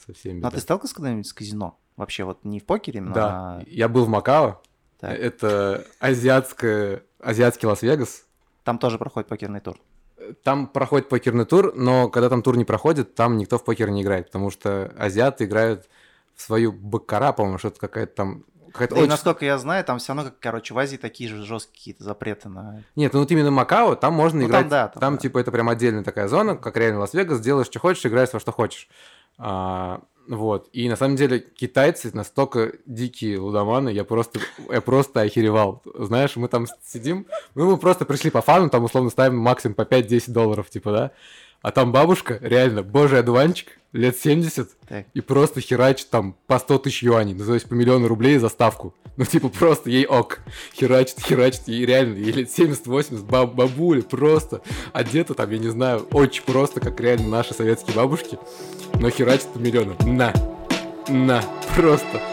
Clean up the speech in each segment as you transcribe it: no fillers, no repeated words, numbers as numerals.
со всеми. А ты сталкивался когда-нибудь с казино? Вообще вот не в покере, но... Да, я был в Макао. Так. Это азиатский Лас-Вегас. Там тоже проходит покерный тур. Там проходит покерный тур, но когда там тур не проходит, там никто в покер не играет, потому что азиаты играют в свою баккара, по-моему, что-то какая-то там... Да и насколько я знаю, там все равно, короче, в Азии такие же жесткие какие-то запреты на... Нет, ну вот именно Макао, там можно играть... Там, типа, это прям отдельная такая зона, как реально Лас-Вегас, делаешь, что хочешь, играешь во что хочешь. Вот. И на самом деле китайцы настолько дикие лудоманы, я просто охеревал. Знаешь, мы там сидим, мы просто пришли по фану, там условно ставим максимум по $5-10, типа, да? А там бабушка, реально, божий одуванчик, лет 70, так. И просто херачит там по 100 тысяч юаней, ну то есть по 1 000 000 рублей за ставку. Ну типа просто ей ок, херачит, и реально, ей лет 70-80, бабуля просто одета там, я не знаю, очень просто, как реально наши советские бабушки, но херачит по миллиону. На, просто.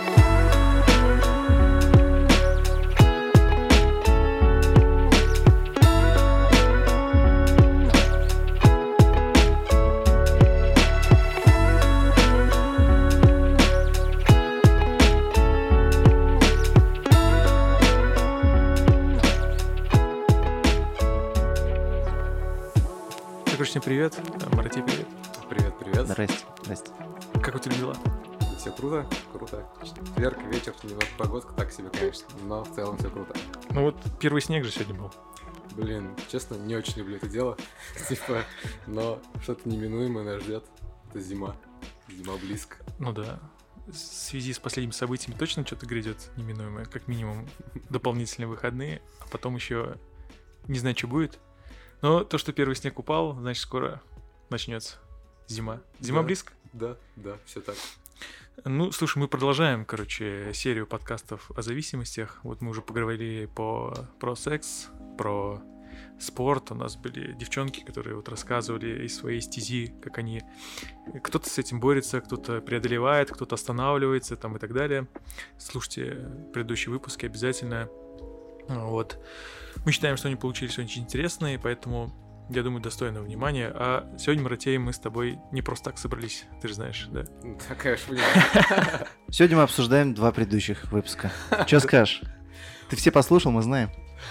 Всем привет, Маратей, привет. Привет. Здрасте. Как у тебя дела? Все круто. Четверг, вечер, немного погодка, так себе, конечно, но в целом все круто. Ну вот первый снег же сегодня был. Блин, честно, не очень люблю это дело, типа, но что-то неминуемое нас ждет. Это зима близко. Ну да. В связи с последними событиями точно что-то грядет неминуемое, как минимум дополнительные выходные, а потом еще не знаю, что будет. Но то, что первый снег упал, значит, скоро начнется зима. Зима близко? Да, все так. Ну, слушай, мы продолжаем, серию подкастов о зависимостях. Вот мы уже поговорили про секс, про спорт. У нас были девчонки, которые вот рассказывали из своей стези, как они... Кто-то с этим борется, кто-то преодолевает, кто-то останавливается там и так далее. Слушайте предыдущие выпуски обязательно. Вот. Мы считаем, что они получились очень интересные, поэтому, я думаю, достойного внимания. А сегодня, Маратей, мы с тобой не просто так собрались, ты же знаешь, да? Да, конечно, понимаю. Сегодня мы обсуждаем 2 предыдущих выпуска. Что скажешь? Ты все послушал, мы знаем.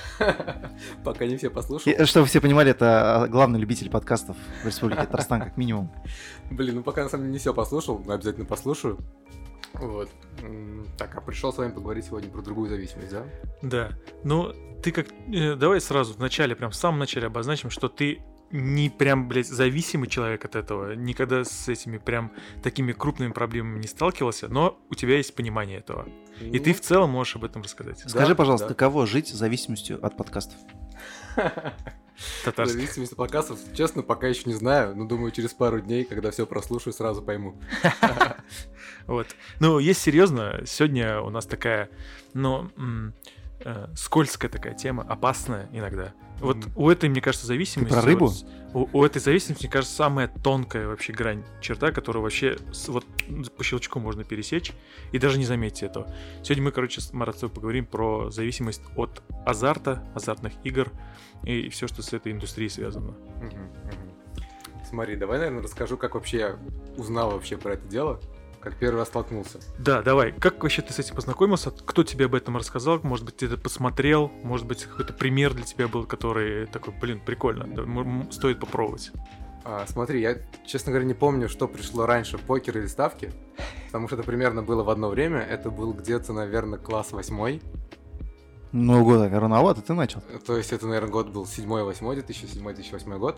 Пока не все послушал. Чтобы вы все понимали, это главный любитель подкастов в Республике Татарстан, как минимум. Блин, пока на самом деле не все послушал, но обязательно послушаю. Вот. Так, а пришел с вами поговорить сегодня про другую зависимость, да? Да. Ну, ты как... Давай сразу в самом начале обозначим, что ты не прям, зависимый человек от этого, никогда с этими прям такими крупными проблемами не сталкивался, но у тебя есть понимание этого. И ты в целом можешь об этом рассказать. Скажи, пожалуйста, каково жить зависимостью от подкастов? Татарских. Зависимость от подкастов, честно, пока еще не знаю, но думаю, через пару дней, когда все прослушаю, сразу пойму. Вот. Ну, есть серьезно, сегодня у нас такая, скользкая такая тема, опасная иногда. Вот у этой, мне кажется, зависимости... Ты про рыбу? У этой зависимости, мне кажется, самая тонкая вообще грань, черта, которую вообще вот по щелчку можно пересечь и даже не заметить этого. Сегодня мы, с Маратом поговорим про зависимость от азарта, азартных игр и все, что с этой индустрией связано. Смотри, давай, наверное, расскажу, как вообще я узнал вообще про это дело. Как первый раз столкнулся. Да, давай. Как вообще ты с этим познакомился? Кто тебе об этом рассказал? Может быть, ты это посмотрел? Может быть, какой-то пример для тебя был, который такой, прикольно, да, стоит попробовать. Смотри, я, честно говоря, не помню, что пришло раньше, покер или ставки, потому что это примерно было в одно время. Это был где-то, наверное, класс 8. Ну, года рановато ты начал. То есть это, наверное, год был 7-8, 2007-2008 год.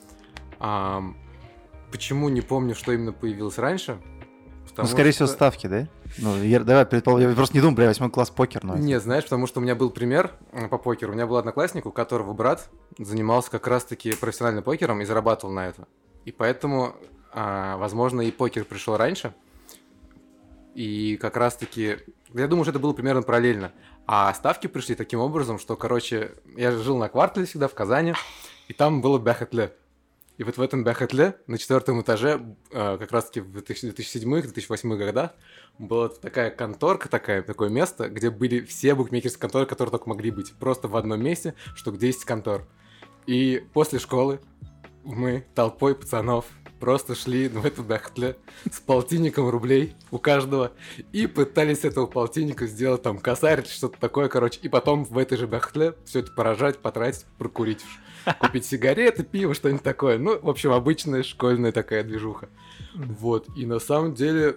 Почему не помню, что именно появилось раньше? Скорее всего, ставки, да? Давай предположим. Я просто не думаю, 8 класс покер. Нет, знаешь, потому что у меня был пример по покеру. У меня был одноклассник, у которого брат занимался как раз-таки профессиональным покером и зарабатывал на это. И поэтому, возможно, и покер пришел раньше. И как раз-таки, я думаю, что это было примерно параллельно. А ставки пришли таким образом, что, я жил на квартале всегда в Казани, и там было бяхетле. И вот в этом бяхетле на 4-м этаже, как раз-таки в 2007-2008 годах, была такая конторка, такое место, где были все букмекерские конторы, которые только могли быть. Просто в одном месте, штук 10 контор. И после школы мы толпой пацанов просто шли в эту бахтле с полтинником рублей у каждого и пытались с этого полтинника сделать там косарь, что-то такое, короче, и потом в этой же бахтле все это поражать, потратить, прокурить, купить сигареты, пиво, что-нибудь такое. Ну, в общем, обычная школьная такая движуха. Вот, и на самом деле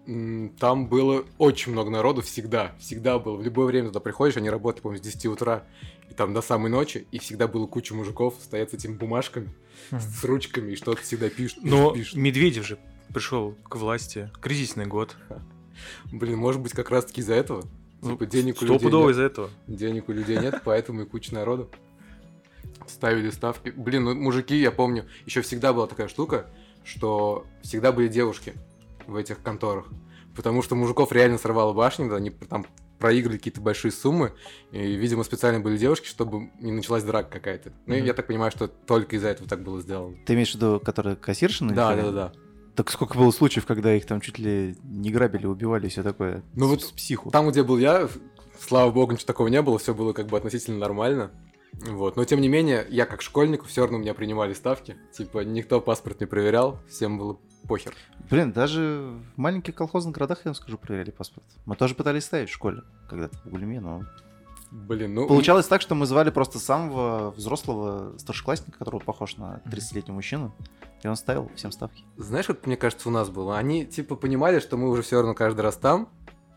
там было очень много народу всегда было. В любое время туда приходишь, они работали, по-моему, с 10 утра и там до самой ночи, и всегда было куча мужиков, стоят с этими бумажками, с ручками, и что-то всегда пишут. Но Медведев же пришел к власти, кризисный год. Блин, может быть, как раз-таки из-за этого? Типа, денег у людей Стопудово нет. из-за этого. Денег у людей нет, поэтому и куча народу. Ставили ставки. Блин, ну мужики, я помню, еще всегда была такая штука, что всегда были девушки в этих конторах. Потому что мужиков реально сорвало башню, да, они там проиграли какие-то большие суммы, и, видимо, специально были девушки, чтобы не началась драка какая-то. Ну, и я так понимаю, что только из-за этого так было сделано. Ты имеешь в виду, которые кассирши? Да. Так сколько было случаев, когда их там чуть ли не грабили, убивали и все такое? Ну вот психу. Там, где был я, слава богу, ничего такого не было, все было как бы относительно нормально. Вот. Но тем не менее, я как школьник, все равно меня принимали ставки. Типа, никто паспорт не проверял, всем было похер. Блин, даже в маленьких колхозных городах, я вам скажу, проверяли паспорт. Мы тоже пытались ставить в школе когда-то в Гульме, но... Блин, ну... Получалось так, что мы звали просто самого взрослого старшеклассника, который похож на 30-летнего мужчину, и он ставил всем ставки. Знаешь, как мне кажется, у нас было? Они, типа, понимали, что мы уже все равно каждый раз там,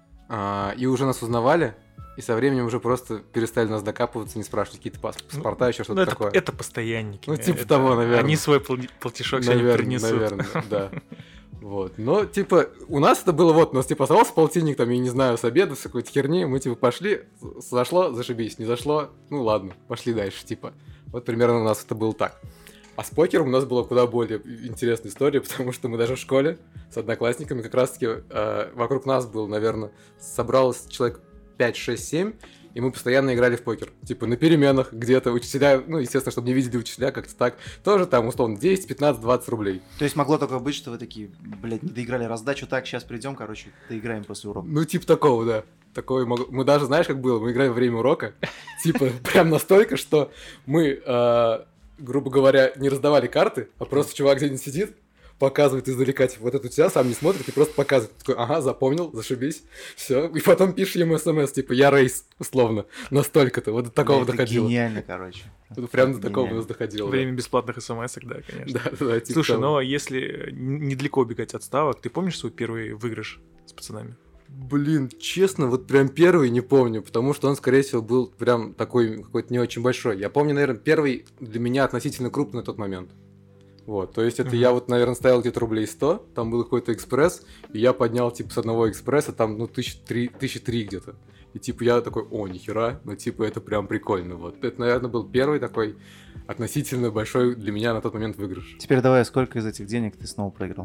и уже нас узнавали, и со временем уже просто перестали нас докапываться, не спрашивать какие-то паспорта, еще что-то такое. Это постоянники. Ну, типа того, наверное. Они свой платежок сегодня принесут. Наверное, да. Вот. Но, типа, у нас это было вот, у нас, типа, оставался полтинник, там, я не знаю, с обеда, с какой-то херни, мы, типа, пошли, зашло, зашибись, не зашло, ну, ладно, пошли дальше, типа. Вот примерно у нас это было так. А с покером у нас была куда более интересная история, потому что мы даже в школе с одноклассниками как раз-таки вокруг нас было, наверное, собралось человек 5, 6, 7, и мы постоянно играли в покер. Типа на переменах где-то учителя, ну, естественно, чтобы не видели учителя, как-то так. Тоже там, условно, 10, 15, 20 рублей. То есть могло только быть, что вы такие, блядь, не доиграли раздачу, так, сейчас придем, короче, доиграем после урока. Ну, типа такого, да. Такое мы даже, знаешь, как было? Мы играем во время урока. Типа, прям настолько, что мы, грубо говоря, не раздавали карты, а просто чувак где-нибудь сидит, показывает издалека, типа, вот это у тебя, сам не смотрит и просто показывает. Такой, ага, запомнил, зашибись, все. И потом пишешь ему смс, типа, я рейс, условно, настолько-то. Вот до такого доходило. Гениально, короче. Прям до такого у нас доходило. Время бесплатных смс-ок, да, конечно. Да, типа. Слушай, но если недалеко убегать от ставок, ты помнишь свой первый выигрыш с пацанами? Блин, честно, вот прям первый не помню, потому что он, скорее всего, был прям такой какой-то не очень большой. Я помню, наверное, первый для меня относительно крупный на тот момент. Вот, то есть это я вот, наверное, ставил где-то рублей 100, там был какой-то экспресс, и я поднял, типа, с одного экспресса, там, ну, 1003 где-то. И, типа, я такой, о, нихера, ну, типа, это прям прикольно, вот. Это, наверное, был первый такой относительно большой для меня на тот момент выигрыш. Теперь давай, сколько из этих денег ты снова проиграл?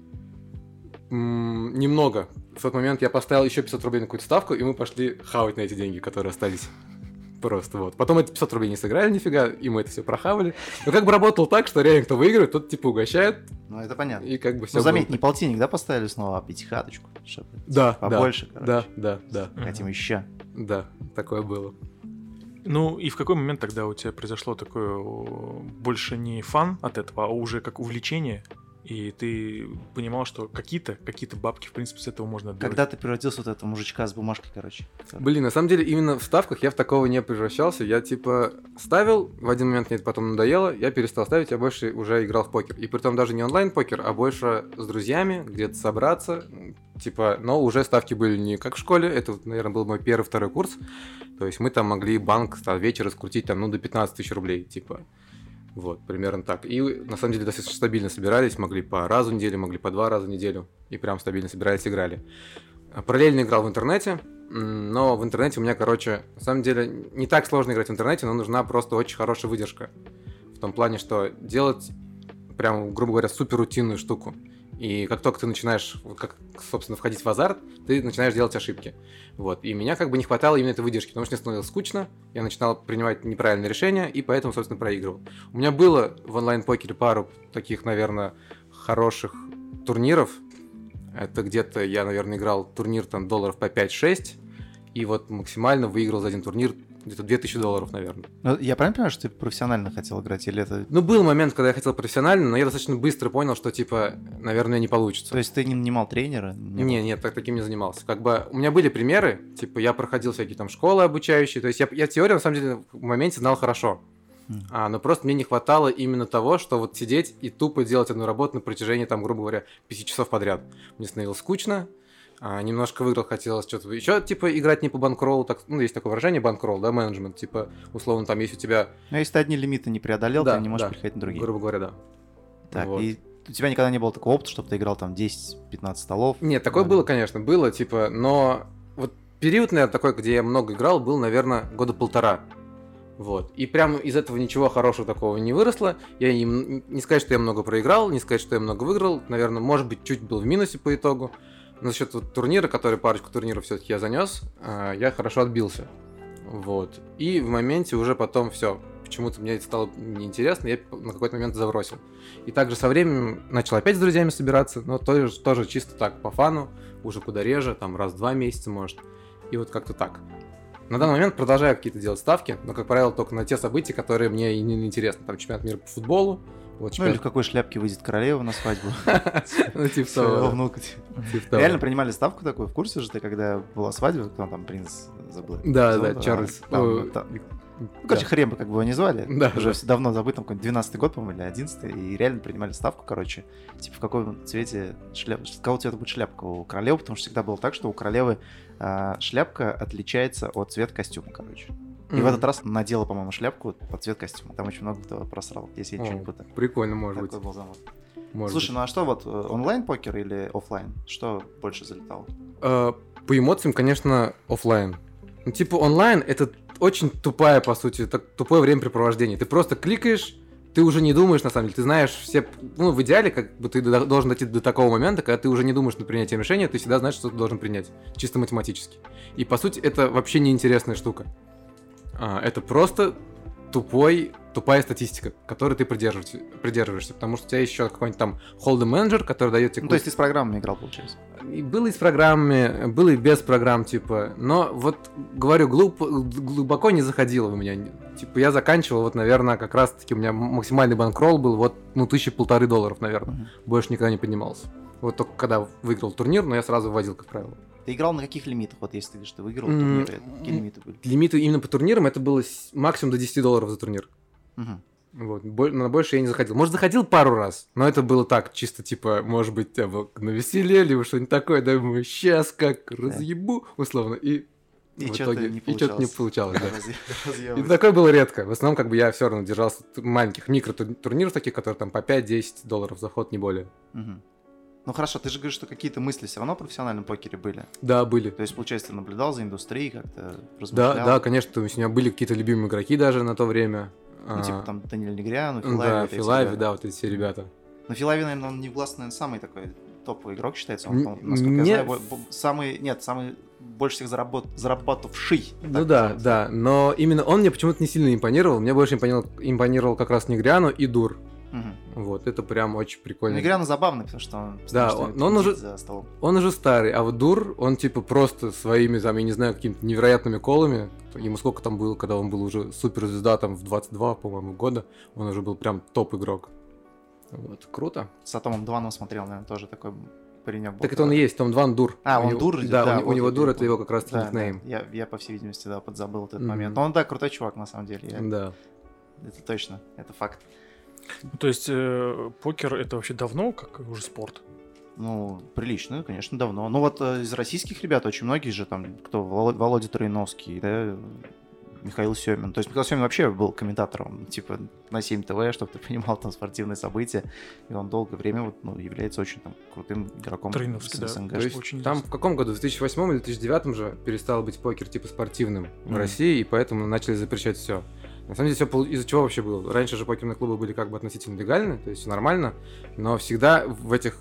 Немного. В тот момент я поставил еще 500 рублей на какую-то ставку, и мы пошли хавать на эти деньги, которые остались. Просто вот. Потом эти 500 рублей не сыграли нифига, и мы это все прохавали. Но как бы работало так, что реально кто выиграет, тот типа угощает. Ну, это понятно. И как бы все. Ну, заметь, не полтинник, да, поставили снова, а пятихаточку? Да, побольше, короче. Да. Хотим еще. Да, такое было. Ну, и в какой момент тогда у тебя произошло такое больше не фан от этого, а уже как увлечение? И ты понимал, что какие-то бабки, в принципе, с этого можно отбивать. Когда ты превратился в вот этого мужичка с бумажкой, короче. Блин, на самом деле, именно в ставках я в такого не превращался. Я, типа, ставил, в один момент мне это потом надоело, я перестал ставить, я больше уже играл в покер. И притом даже не онлайн-покер, а больше с друзьями, где-то собраться. Типа, но уже ставки были не как в школе, это, наверное, был мой первый-второй курс. То есть мы там могли банк вечера скрутить там, ну, до 15 тысяч рублей, типа. Вот, примерно так. И на самом деле достаточно стабильно собирались, могли по разу в неделю, могли по 2 раза в неделю. И прям стабильно собирались, играли. Параллельно играл в интернете, но в интернете у меня, короче, на самом деле не так сложно играть в интернете, но нужна просто очень хорошая выдержка. В том плане, что делать прям, грубо говоря, супер рутинную штуку. И как только ты начинаешь, как, собственно, входить в азарт, ты начинаешь делать ошибки. Вот. И меня как бы не хватало именно этой выдержки, потому что мне становилось скучно, я начинал принимать неправильные решения, и поэтому, собственно, проигрывал. У меня было в онлайн-покере пару таких, наверное, хороших турниров. Это где-то я, наверное, играл турнир там долларов по 5-6, и вот максимально выиграл за один турнир где-то $2000, наверное. Ну, я правильно понимаю, что ты профессионально хотел играть, или это... Ну, был момент, когда я хотел профессионально, но я достаточно быстро понял, что, типа, наверное, не получится. То есть ты не нанимал тренера? Нет, таким не занимался. Как бы у меня были примеры, типа, я проходил всякие там школы обучающие, то есть я теорию, на самом деле, в моменте знал хорошо. Но просто мне не хватало именно того, что вот сидеть и тупо делать одну работу на протяжении, там, грубо говоря, 5 часов подряд. Мне становилось скучно, немножко выиграл, хотелось что-то еще, типа, играть не по банкроллу, так, ну, есть такое выражение банкролл, да, менеджмент, типа, условно, там, если у тебя... Ну, если ты одни лимиты не преодолел, Да, ты не можешь да, переходить на другие. грубо говоря, да. Так, Вот. и у тебя никогда не было такого опыта, чтобы ты играл там 10-15 столов? Нет, такое было, конечно, было, типа, но вот период, наверное, такой, где я много играл, был, наверное, 1.5 года. Вот. И прям из этого ничего хорошего такого не выросло. Я не сказать, что я много проиграл, не сказать, что я много выиграл. Наверное, может быть, чуть был в минусе по итогу. Но за счет вот турнира, парочку турниров все-таки я занес, я хорошо отбился. Вот. И в моменте уже потом все. Почему-то мне это стало неинтересно, я на какой-то момент забросил. И также со временем начал опять с друзьями собираться, но тоже чисто так, по фану, уже куда реже, там раз в 2 месяца, может. И вот как-то так. На данный момент продолжаю какие-то делать ставки, но, как правило, только на те события, которые мне и не интересны. Там чемпионат мира по футболу. Вот Ну или в какой шляпке выйдет королева на свадьбу. Ну, типа Своего того. внука. Реально принимали ставку такую? В курсе же ты, когда была свадьба, кто там принц забыл? Да, Чарльз. Ну, короче, хрен бы как бы его не звали. Да, Уже давно забыт, там какой-нибудь 12-й год, по-моему, или 11-й. И реально принимали ставку, короче, типа в каком цвете шляпка, с какого цвета будет шляпка у королевы, потому что всегда было так, что у королевы шляпка отличается от цвета костюма, короче. И в этот раз надела, по-моему, шляпку под цвет костюма. Там очень много кто просрал, если я ничего не путаю. Прикольно, может быть. Такой был замок. Может Слушай, быть. ну а что вот, онлайн-покер или оффлайн? Что больше залетало? По эмоциям, конечно, оффлайн. Ну, типа онлайн это очень тупая, по сути, тупое времяпрепровождение. Ты просто кликаешь, ты уже не думаешь, на самом деле, ты знаешь все... Ну, в идеале, как бы ты должен дойти до такого момента, когда ты уже не думаешь над принятием решения, ты всегда знаешь, что ты должен принять, чисто математически. И, по сути, это вообще неинтересная штука. Это просто тупая статистика, которой ты придерживаешься, потому что у тебя есть еще какой-нибудь там hold'em менеджер, который дает тебе... Ну, то есть ты с программами играл, получается? И было и с программами, было и без программ, типа, но вот, говорю, глубоко не заходило у меня. Типа, я заканчивал, вот, наверное, как раз-таки у меня максимальный банкролл был, вот, ну, $1,500, наверное. Больше никогда не поднимался. Вот только когда выиграл турнир, но я сразу вводил, как правило. Ты играл на каких лимитах? Вот если ты говоришь, что выиграл турниры, какие лимиты были? Лимиты именно по турнирам, это было максимум до $10 за турнир. Угу. Вот, на больше я не заходил. Может, заходил пару раз, но это было так, чисто типа, может быть, на веселье, либо что-нибудь такое, да, думаю, сейчас как разъебу, условно, и в итоге что-то не получалось, да. И такое было редко. В основном, как бы, я все равно держался маленьких микротурниров таких, которые там по $5-10 заход, не более. Ну хорошо, ты же говоришь, что какие-то мысли все равно в профессиональном покере были. Да, были. То есть, получается, ты наблюдал за индустрией, как-то размышлял? Да, конечно, то есть у меня были какие-то любимые игроки даже на то время. Ну, типа там Даниэль Негряну, Филави. Да, Филави, да, вот эти все ребята. Но Филави, наверное, он не властный, самый такой топовый игрок считается. Он, насколько я знаю, самый больше всех зарабатывавший. Ну да, но именно он мне почему-то не сильно импонировал. Мне больше импонировал как раз Негряну и Дур. Вот, это прям очень прикольно. Негряну забавный, потому что он... Да, он уже старый, а вот Дур, он типа просто своими, там, я не знаю, какими-то невероятными колами, ему сколько там было, когда он был уже суперзвезда, там, в 22, по-моему, года, он уже был прям топ-игрок. Вот, круто. С Атомом Дваном смотрел, наверное, тоже такой паренек был. Так это он и есть, Том Дван Дур. Он Дур? Да, у него Дур, это его как раз никнейм. Я, по всей видимости, да, подзабыл этот момент. Но он, да, крутой чувак, на самом деле. Да. Это точно, это факт. То есть покер это вообще давно, как уже спорт? Ну, прилично, конечно, давно. Ну вот из российских ребят очень многие же там, кто Володя Троиновский, да, Михаил Семин. То есть Михаил Семин вообще был комментатором, типа, на 7 ТВ, чтобы ты понимал, там, спортивные события. И он долгое время вот, ну, является очень там крутым игроком Троиновский, да. СНГ. То есть очень там в каком году? В 2008 или 2009 же перестал быть покер типа спортивным в России, и поэтому начали запрещать все. На самом деле, все из-за чего вообще было? Раньше же покерные клубы были как бы относительно легальны, то есть нормально, но всегда в этих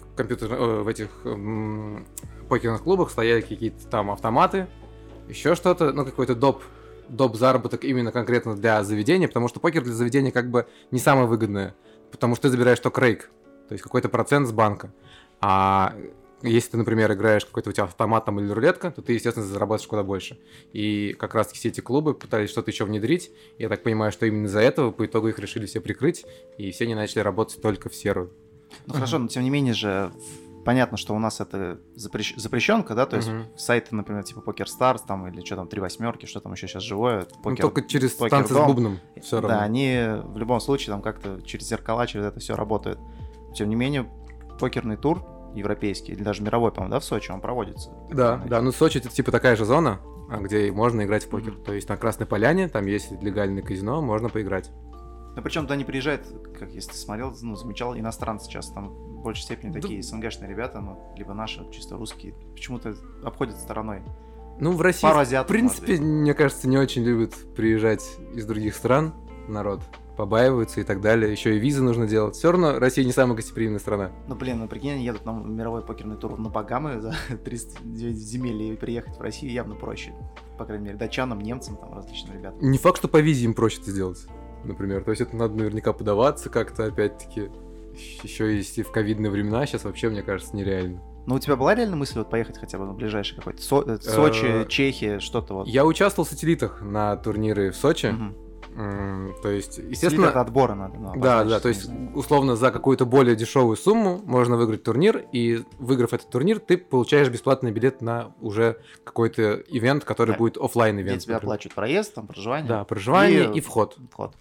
покерных клубах стояли какие-то там автоматы, еще что-то, ну, какой-то доп заработок именно конкретно для заведения, потому что покер для заведения как бы не самое выгодное, потому что ты забираешь только рейк, то есть какой-то процент с банка. А если ты, например, играешь какой-то у тебя автомат там или рулетка, то ты, естественно, зарабатываешь куда больше. И как раз все эти клубы пытались что-то еще внедрить. Я так понимаю, что именно из-за этого по итогу их решили все прикрыть, и все они начали работать только в серую. Ну хорошо, но тем не менее же понятно, что у нас это запрещенка, да, то есть сайты, например, типа PokerStars там или что там, 3 восьмерки, что там еще сейчас живое. Только через танцы с бубном все равно. Да, они в любом случае там как-то через зеркала, через это все работают. Тем не менее, покерный тур европейский, или даже мировой, по-моему, да, в Сочи он проводится. Да, ну Сочи это типа такая же зона, где можно играть в покер. То есть на Красной Поляне, там есть легальное казино, можно поиграть. Ну, причем туда не приезжают, как если ты смотрел, ну, замечал, иностранцы сейчас, там в большей степени такие СНГшные ребята, ну, либо наши, чисто русские, почему-то обходят стороной. Ну, в России, в принципе, мне кажется, не очень любят приезжать из других стран народ. Побаиваются и так далее. Еще и визы нужно делать. Все равно Россия не самая гостеприимная страна. Ну, блин, прикинь, они едут на мировой покерный тур на Багамы за 309 земель, и приехать в Россию явно проще. По крайней мере, датчанам, немцам, там, различным ребятам. Не факт, что по визе им проще это сделать, например. То есть это надо наверняка подаваться как-то, опять-таки. Еще если в ковидные времена, сейчас вообще, мне кажется, нереально. Ну, у тебя была реально мысль вот поехать хотя бы на ближайший какой-то Сочи, Чехия, что-то вот? Я участвовал в сателлитах на турниры в Сочи. То есть, естественно... Это отбора надо. Да, то есть, условно, за какую-то более дешевую сумму можно выиграть турнир, и выиграв этот турнир, ты получаешь бесплатный билет на уже какой-то ивент, который будет офлайн-ивент. Где тебе оплачивают проезд, там, проживание. Да, проживание и вход.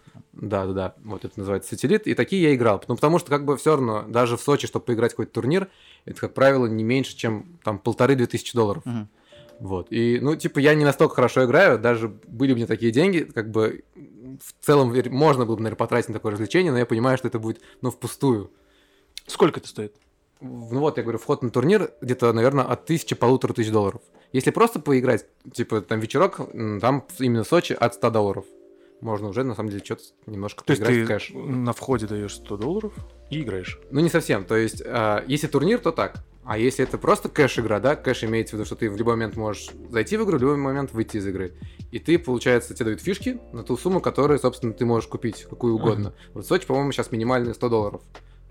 Да, вот это называется сателлит, и такие я играл. Ну, потому что, как бы, все равно, даже в Сочи, чтобы поиграть какой-то турнир, это, как правило, не меньше, чем, там, $1500-2000. Вот, и, ну, типа, я не настолько хорошо играю, даже были у меня такие деньги, как бы, в целом, можно было бы, наверное, потратить на такое развлечение, но я понимаю, что это будет, ну, впустую. Сколько это стоит? Ну, вот, я говорю, вход на турнир где-то, наверное, от $1000-1500. Если просто поиграть, типа, там, вечерок, там, именно в Сочи, от $100. Можно уже, на самом деле, что-то немножко поиграть в кэш. То есть ты на входе даешь $100 и играешь? Ну, не совсем. То есть, если турнир, то так. А если это просто кэш-игра, да, кэш имеется в виду, что ты в любой момент можешь зайти в игру, в любой момент выйти из игры. И ты, получается, тебе дают фишки на ту сумму, которую, собственно, ты можешь купить, какую угодно. Вот в Сочи, по-моему, сейчас минимальные $100,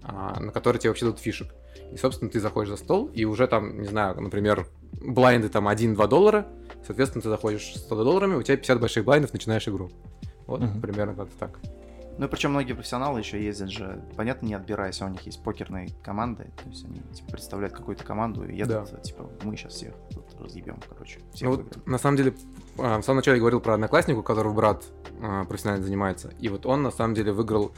на которые тебе вообще дадут фишек. И, собственно, ты заходишь за стол, и уже там, не знаю, например, блайнды там $1-2, соответственно, ты заходишь с $100, у тебя 50 больших блайндов, начинаешь игру. Вот, примерно как-то так. Ну и причем многие профессионалы еще ездят же, понятно, не отбираясь, а у них есть покерные команды, то есть они типа, представляют какую-то команду и едут, типа, мы сейчас всех тут разъебем, короче. Ну вот, на самом деле, в самом начале я говорил про одноклассника, у которого брат профессионально занимается, и вот он, на самом деле, выиграл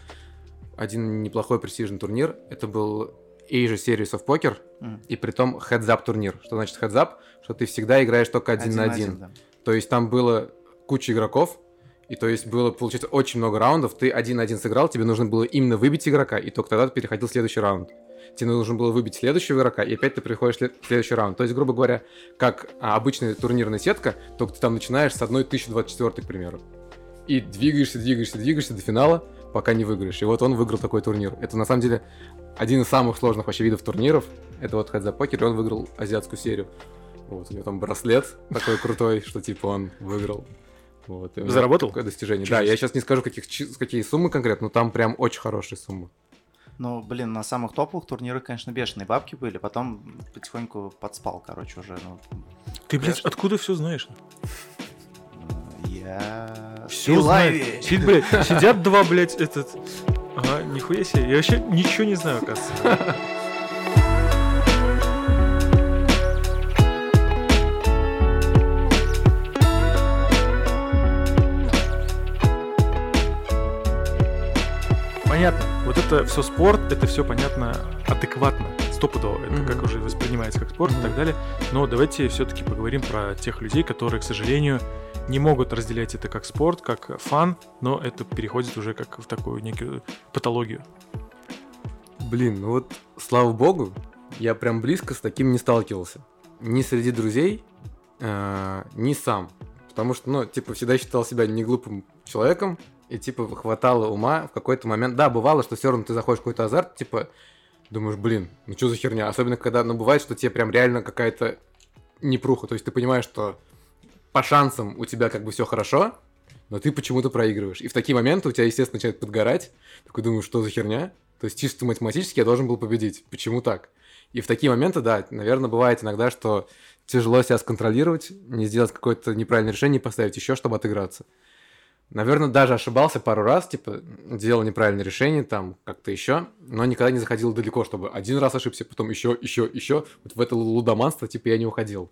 один неплохой престижный турнир, это был Asia Series of Poker, и притом heads-up турнир. Что значит heads-up? Что ты всегда играешь только один на один. Да. То есть там было куча игроков, и то есть было, получается, очень много раундов, ты 1-1 сыграл, тебе нужно было именно выбить игрока, и только тогда ты переходил в следующий раунд. Тебе нужно было выбить следующего игрока, и опять ты приходишь в следующий раунд. То есть, грубо говоря, как обычная турнирная сетка, только ты там начинаешь с 1024, к примеру. И двигаешься до финала, пока не выиграешь. И вот он выиграл такой турнир. Это, на самом деле, один из самых сложных вообще видов турниров. Это вот Heads Up Poker, и он выиграл азиатскую серию. Вот, у него там браслет такой крутой, что типа он выиграл. Вот, заработал? Такое достижение. Да, я сейчас не скажу, какие суммы конкретно, но там прям очень хорошие суммы. Ну, блин, на самых топовых турнирах, конечно, бешеные бабки были, потом потихоньку подспал, короче, уже. Ну, ты, блядь, откуда все знаешь? Я... Все знаю. Сидят два, блядь, Ага, нихуя себе. Я вообще ничего не знаю, оказывается. Понятно. Вот это все спорт, это все понятно, адекватно, стопудово. Это как уже воспринимается как спорт и так далее. Но давайте все-таки поговорим про тех людей, которые, к сожалению, не могут разделять это как спорт, как фан, но это переходит уже как в такую некую патологию. Блин, ну вот, слава богу, я прям близко с таким не сталкивался. Ни среди друзей, ни сам. Потому что, ну, типа, всегда считал себя не глупым человеком, и, типа, хватало ума в какой-то момент. Да, бывало, что все равно ты заходишь в какой-то азарт, типа, думаешь, блин, ну что за херня? Особенно, когда, ну, бывает, что тебе прям реально какая-то непруха. То есть ты понимаешь, что по шансам у тебя как бы все хорошо, но ты почему-то проигрываешь. И в такие моменты у тебя, естественно, начинает подгорать. Такой думаешь, что за херня? То есть чисто математически я должен был победить. Почему так? И в такие моменты, да, наверное, бывает иногда, что тяжело себя сконтролировать, не сделать какое-то неправильное решение, поставить еще, чтобы отыграться. Наверное, даже ошибался пару раз, типа, делал неправильное решение, там, как-то еще, но никогда не заходил далеко, чтобы один раз ошибся, потом еще. Вот в это лудоманство, типа, я не уходил.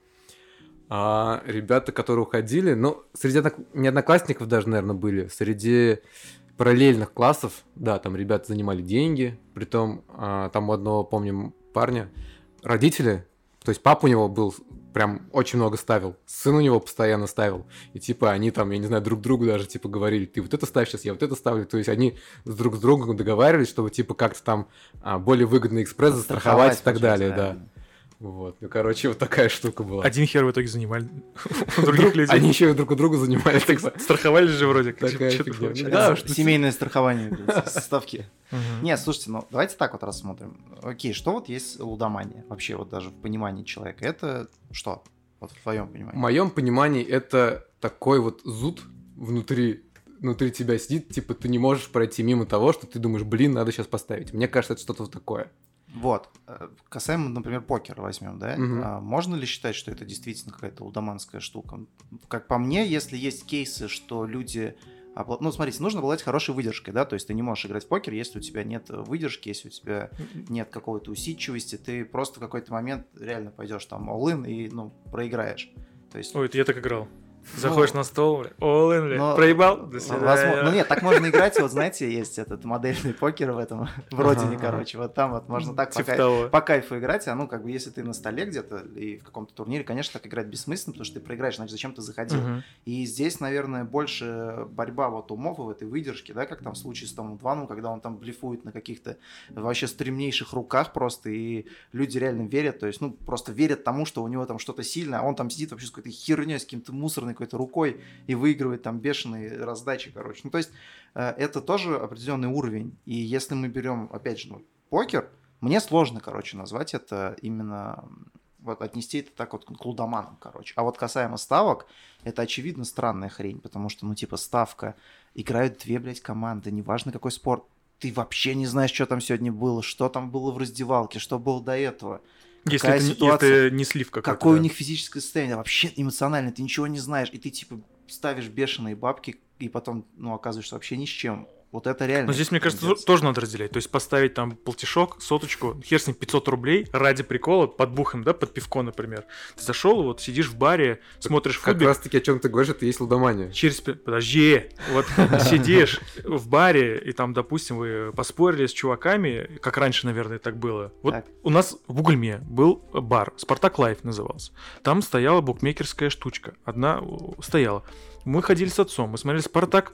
А ребята, которые уходили, ну, среди не одноклассников даже, наверное, были, среди параллельных классов, да, там ребята занимали деньги, притом там у одного, помню, парня, родители, то есть папа у него был, прям очень много ставил, сын у него постоянно ставил, и типа они там, я не знаю, друг другу даже типа говорили, ты вот это ставь сейчас, я вот это ставлю, то есть они друг с другом договаривались, чтобы типа как-то там более выгодный экспресс застраховать и так далее, да. Вот, ну, короче, вот такая штука была. Один хер в итоге занимали у других людей. Они еще и друг у друга занимались. Страховали же вроде. Такая фигня. Да, семейное страхование, ставки. Нет, слушайте, ну давайте так вот рассмотрим. Окей, что вот есть лудомания? Вообще вот даже в понимании человека. Это что? Вот в твоем понимании. В моем понимании это такой вот зуд внутри тебя сидит, типа ты не можешь пройти мимо того, что ты думаешь, блин, надо сейчас поставить. Мне кажется, это что-то такое. Вот. Касаемо, например, покера возьмем, да? Можно ли считать, что это действительно какая-то лудоманская штука? Как по мне, если есть кейсы, что люди... Ну, смотрите, нужно обладать хорошей выдержкой, да? То есть ты не можешь играть в покер, если у тебя нет выдержки, если у тебя нет какой-то усидчивости, ты просто в какой-то момент реально пойдешь там all-in и, ну, проиграешь. То есть... Ой, это я так играл. Заходишь на стол, all-in, проебал, до свидания. Ну нет, так можно играть, вот знаете, есть этот модельный покер в этом, в родине, короче, вот там вот можно так по кайфу играть, а ну как бы если ты на столе где-то и в каком-то турнире, конечно, так играть бессмысленно, потому что ты проиграешь, значит, зачем ты заходил. И здесь, наверное, больше борьба вот умов в этой выдержке, да, как там в случае с Томом Дваном, когда он там блефует на каких-то вообще стремнейших руках просто, и люди реально верят, то есть, ну, просто верят тому, что у него там что-то сильное, а он там сидит вообще с какой-то херней, с каким-то мусорной какой-то рукой и выигрывает там бешеные раздачи, короче. Ну, то есть это тоже определенный уровень. И если мы берем, опять же, ну, покер, мне сложно, короче, назвать это именно, вот отнести это так вот к лудоманам, короче. А вот касаемо ставок, это очевидно странная хрень, потому что, ну, типа, ставка, играют две, блядь, команды, неважно какой спорт, ты вообще не знаешь, что там сегодня было, что там было в раздевалке, что было до этого. Если это не слив какой-то. Какое у них физическое состояние, вообще эмоционально, ты ничего не знаешь, и ты типа ставишь бешеные бабки, и потом, ну, оказываешься вообще ни с чем. Вот это реально. Но здесь, мне кажется, тоже надо разделять. То есть поставить там полтишок, соточку, хер с ним 500 рублей ради прикола, под бухом, да, под пивко, например. Ты зашел, вот сидишь в баре, смотришь футбик. Как раз таки, о чем ты говоришь, это есть лудомания. Подожди, вот сидишь в баре, и там, допустим, вы поспорили с чуваками, как раньше, наверное, так было. Вот так. У нас в Бугульме был бар, Спартак Лайф назывался. Там стояла букмекерская штучка. Одна стояла. Мы ходили с отцом, мы смотрели Спартак,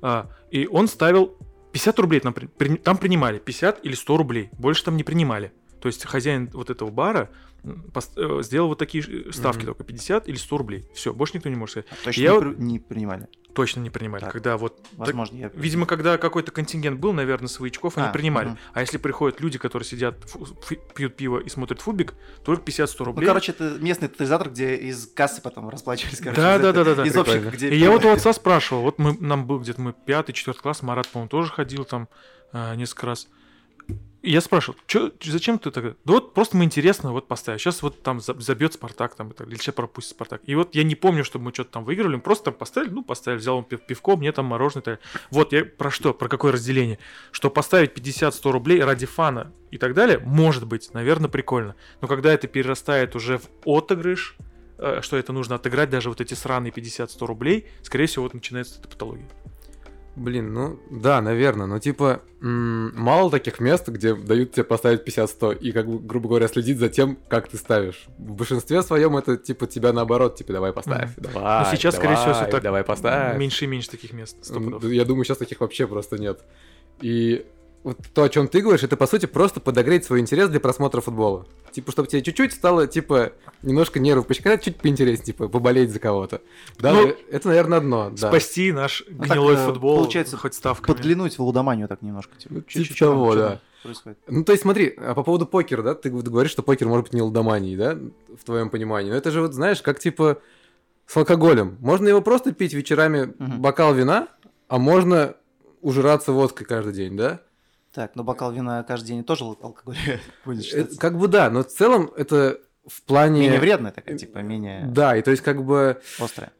и он ставил 50 рублей, там принимали 50 или 100 рублей, больше там не принимали. То есть хозяин вот этого бара сделал вот такие ставки, только 50 или 100 рублей. Все, больше никто не может сказать. Точно не принимали? Точно не принимали. Так, когда вот, возможно, так, видимо, когда какой-то контингент был, наверное, своячков, они принимали. А если приходят люди, которые сидят, пьют пиво и смотрят футбик, только 50-100 рублей. Ну, короче, это местный тотализатор, где из кассы потом расплачивались. Короче, да. Из общих, где... И я вот у отца спрашивал, вот нам был где-то 5-4 класс, Марат, по-моему, тоже ходил там несколько раз. И я спрашивал, зачем ты так? Да вот просто мы интересно вот поставим. Сейчас вот там забьет Спартак там, или сейчас пропустит Спартак. И вот я не помню, чтобы мы что-то там выиграли, мы просто там поставили, взял он пивко, мне там мороженое. Так. Вот я про что, про какое разделение? Что поставить 50-100 рублей ради фана и так далее, может быть, наверное, прикольно. Но когда это перерастает уже в отыгрыш, что это нужно отыграть, даже вот эти сраные 50-100 рублей, скорее всего, вот начинается эта патология. Блин, ну да, наверное, но типа мало таких мест, где дают тебе поставить 50-100 и, как бы, грубо говоря, следить за тем, как ты ставишь. В большинстве своем это типа тебя наоборот, типа давай поставь, давай. Но сейчас, скорее всего, все так давай поставь. Меньше и меньше таких мест. Я думаю, сейчас таких вообще просто нет. И вот то, о чем ты говоришь, это по сути просто подогреть свой интерес для просмотра футбола. Типа, чтобы тебе чуть-чуть стало, типа, немножко нервы пощекотать, чуть поинтереснее, типа, поболеть за кого-то. Да, ну, это, наверное, одно. Спасти наш гнилой футбол, получается, хоть ставками. Подглянуть в лудоманию так немножко. Типа, чуть-чуть того, да. Происходит. Ну, то есть, смотри, по поводу покера, да, ты говоришь, что покер может быть не лудоманией, да, в твоем понимании. Но это же, вот, знаешь, как, типа, с алкоголем. Можно его просто пить вечерами бокал вина, а можно ужираться водкой каждый день, да? Так, но бокал вина каждый день тоже алкоголь будет считаться. Как бы да, но в целом это в плане... Менее вредная такая, типа, менее Да, и то есть как бы острая.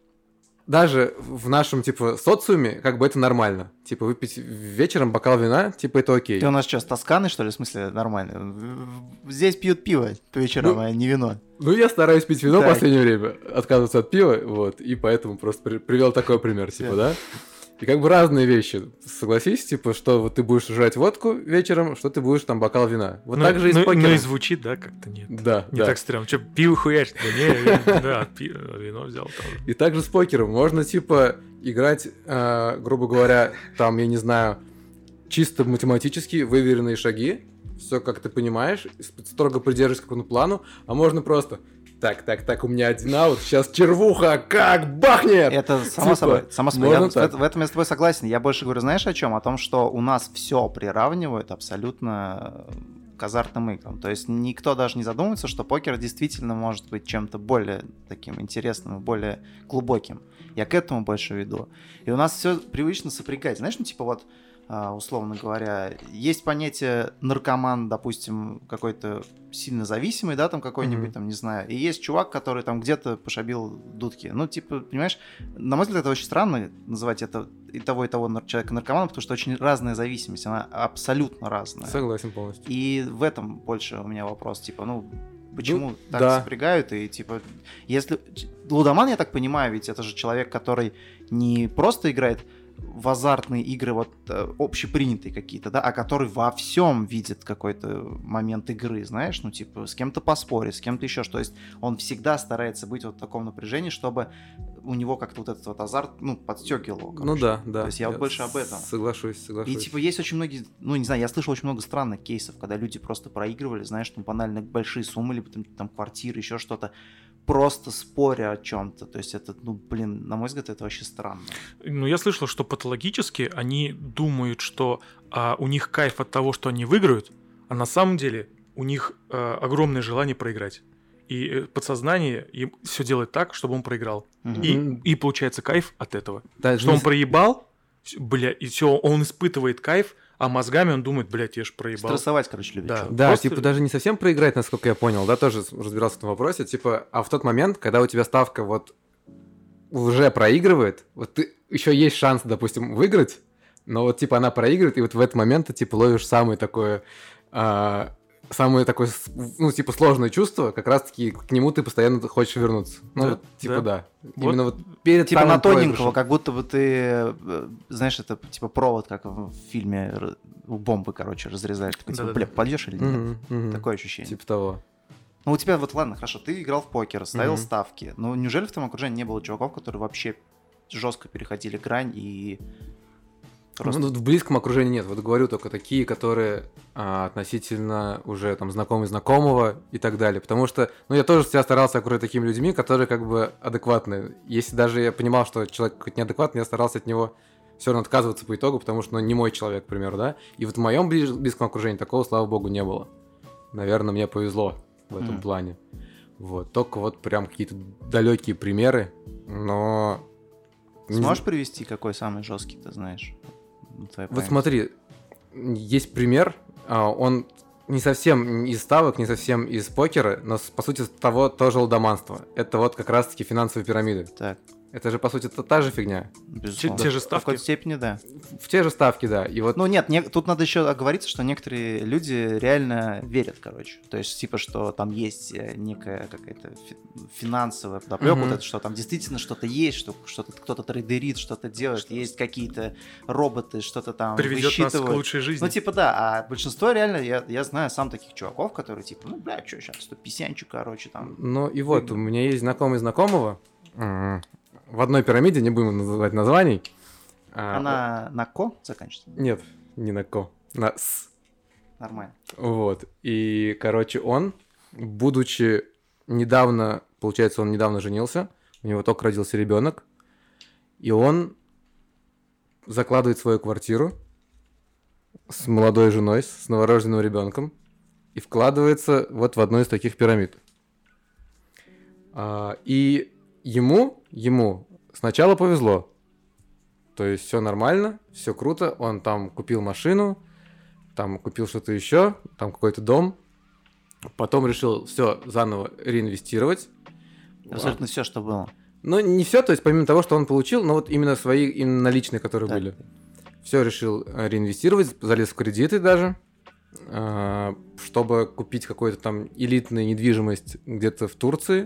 даже в нашем, типа, социуме, как бы это нормально. Типа, выпить вечером бокал вина, типа, это окей. Ты у нас что, с Тосканы, что ли, в смысле, нормально? Здесь пьют пиво по вечерам, а не вино. Ну, я стараюсь пить вино в Так. последнее время, отказываться от пива, вот, и поэтому просто привел такой пример, типа, да? И как бы разные вещи, согласись, типа, что вот ты будешь жрать водку вечером, что ты будешь там бокал вина. Вот так же и с покером. Ну и звучит, да, как-то нет. Да, Не да. так стрёмно. Че, пиво хуячить? Да не, да, вино взял тоже. И также с покером. Можно, типа, играть, грубо говоря, там, я не знаю, чисто математически выверенные шаги, все как ты понимаешь, строго придерживаясь какому-то плану, а можно просто... Так, у меня один аут, сейчас червуха, как бахнет! Это само Типа, собой. Само собой. можно Я так. в этом я с тобой согласен. Я больше говорю, знаешь, о чем? О том, что у нас все приравнивают абсолютно к азартным играм. То есть никто даже не задумывается, что покер действительно может быть чем-то более таким интересным, более глубоким. Я к этому больше веду. И у нас все привычно сопрягать. Знаешь, ну типа вот, условно говоря, есть понятие наркоман, допустим, какой-то сильно зависимый, да, там какой-нибудь, там, не знаю, и есть чувак, который там где-то пошабил дудки. Ну, типа, понимаешь, на мой взгляд, это очень странно называть это и того человека наркоманом, потому что очень разная зависимость, она абсолютно разная. Согласен полностью. И в этом больше у меня вопрос, типа, ну, почему так да. сопрягают, и, типа, если... Лудоман, я так понимаю, ведь это же человек, который не просто играет в азартные игры вот общепринятые какие-то, да, а который во всем видит какой-то момент игры, знаешь, ну, типа, с кем-то поспорить, с кем-то еще, то есть он всегда старается быть вот в таком напряжении, чтобы у него как-то вот этот вот азарт, ну, подстегивал. Ну да. То есть я вот больше об этом. Соглашусь. И, типа, есть очень многие, ну, не знаю, я слышал очень много странных кейсов, когда люди просто проигрывали, знаешь, там, банально большие суммы, либо там квартиры, еще что-то, просто споря о чем-то. То есть это, ну, блин, на мой взгляд, это вообще странно. Ну, я слышал, что патологически они думают, что у них кайф от того, что они выиграют, а на самом деле у них огромное желание проиграть. И подсознание им все делает так, чтобы он проиграл. И получается кайф от этого. Да, что он проебал, бля, и все, он испытывает кайф, а мозгами он думает, блядь, я ж проебал. Стрессовать, короче, любит. Да. Да, Просто- типа даже не совсем проиграть, насколько я понял, да, тоже разбирался в этом вопросе, типа, а в тот момент, когда у тебя ставка вот уже проигрывает, вот ты еще есть шанс, допустим, выиграть, но вот типа она проигрывает, и вот в этот момент ты типа ловишь самое такое, ну, типа, сложное чувство, как раз-таки к нему ты постоянно хочешь вернуться. Ну, Да, вот, типа, да. Вот. Именно вот перед Типа самым на тоненького, проигрышем. как будто бы ты, знаешь, это типа провод, как в фильме у бомбы, короче, разрезаешь. Такой, типа, Да-да-да. бля, польешь или нет? Мгм, мгм. Такое ощущение. Типа того. Ну, у тебя вот, ладно, хорошо, ты играл в покер, ставил Мгм. ставки. Но неужели в твоем окружении не было чуваков, которые вообще жестко переходили грань и просто... Ну, в близком окружении нет. Вот говорю только такие, которые относительно уже там знакомый знакомого и так далее. Потому что, ну, я тоже себя старался окружать такими людьми, которые как бы адекватны. Если даже я понимал, что человек какой-то неадекватный, я старался от него все равно отказываться по итогу, потому что, ну, не мой человек, к примеру, да. И вот в моем близком окружении такого, слава богу, не было. Наверное, мне повезло в этом плане. Вот. Только вот прям какие-то далекие примеры, но... Сможешь привести, какой самый жесткий, ты знаешь? на твоей Вот памяти? смотри, есть пример, он не совсем из ставок, не совсем из покера, но по сути того тоже лудоманство. Это вот как раз-таки финансовые пирамиды. Так, Это же по сути та же фигня. безусловно. Те же В ставки. какой-то степени, да. В те же ставки, да. И вот Ну нет, тут надо еще оговориться, что некоторые люди реально верят, короче. То есть, типа, что там есть некая какая-то финансовая подоплека, Мгм. вот это, что там действительно что-то есть, что что-то кто-то трейдерит, что-то делает, есть какие-то роботы, что-то там Приведет нас к высчитывают. лучшей жизни. Ну, типа, да, а большинство реально, я знаю сам таких чуваков, которые, типа, ну, бля, что сейчас, 150, короче, там. ну и вот, у меня есть знакомый знакомого в одной пирамиде, не будем называть названий. Она на ко заканчивается? Нет, не на ко, на с. Нормально. Вот. И, короче, он, будучи недавно, получается, он недавно женился, у него только родился ребенок, и он закладывает свою квартиру с молодой женой, с новорожденным ребенком, и вкладывается вот в одну из таких пирамид. И ему сначала повезло. То есть все нормально, все круто, он там купил машину, там купил что-то еще, там какой-то дом, потом решил все заново реинвестировать. Абсолютно все, что было. Ну, не все, то есть помимо того, что он получил, но вот именно свои, именно наличные, которые Так. были. Все решил реинвестировать, залез в кредиты даже, чтобы купить какую-то там элитную недвижимость где-то в Турции.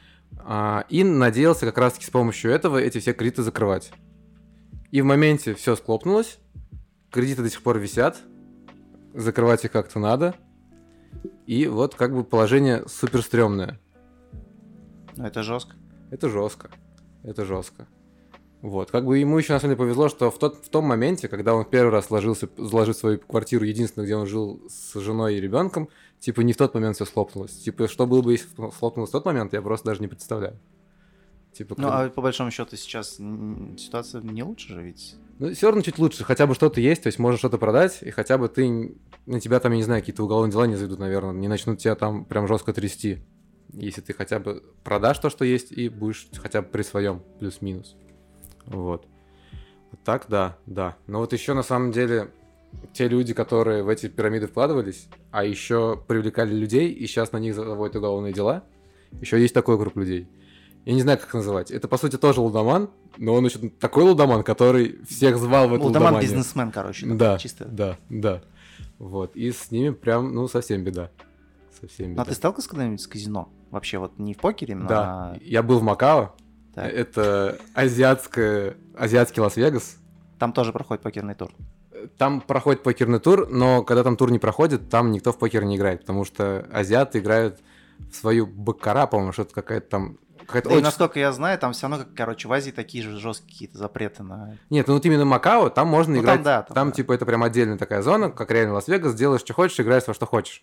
И надеялся как раз-таки с помощью этого эти все кредиты закрывать. И в моменте все схлопнулось, кредиты до сих пор висят, закрывать их как-то надо. И вот как бы положение супер стрёмное. Ну, это жестко. Это жестко. Это жестко. Вот. Как бы ему еще на самом деле повезло, что в том моменте, когда он первый раз заложить свою квартиру, единственную, где он жил с женой и ребенком, типа не в тот момент все схлопнулось. Типа, что было бы, если схлопнулось в тот момент, я просто даже не представляю. Типа, Ну, а по большому счету сейчас ситуация не лучше же ведь. Ну, все равно чуть лучше, хотя бы что-то есть, то есть можно что-то продать, и хотя бы на тебя там, я не знаю, какие-то уголовные дела не заведут, наверное, не начнут тебя там прям жестко трясти, если ты хотя бы продашь то, что есть, и будешь хотя бы при своем плюс-минус. Вот. Вот так, да. Но вот еще на самом деле те люди, которые в эти пирамиды вкладывались, а еще привлекали людей, и сейчас на них заводят уголовные дела, еще есть такой групп людей. Я не знаю, как их называть. Это, по сути, тоже лудоман, но он еще такой лудоман, который всех звал в это лудомане. Лудоман-бизнесмен, короче. Да, чисто. да. Вот. И с ними прям, ну, совсем беда. Совсем беда. Ну, а ты сталкивался когда-нибудь с казино? Вообще, вот не в покере, именно, Да, я был в Макао. Так. Это азиатский Лас-Вегас. Там тоже проходит покерный тур. Там проходит покерный тур, но когда там тур не проходит, там никто в покер не играет, потому что азиаты играют в свою баккара, по-моему, что-то какая-то там... Да и насколько я знаю, там все равно, короче, в Азии такие же жесткие какие-то запреты на... Нет, ну вот именно Макао, там можно Ну, играть... там, да. Типа, это прям отдельная такая зона, как реально Лас-Вегас, делаешь, что хочешь, играешь во что хочешь.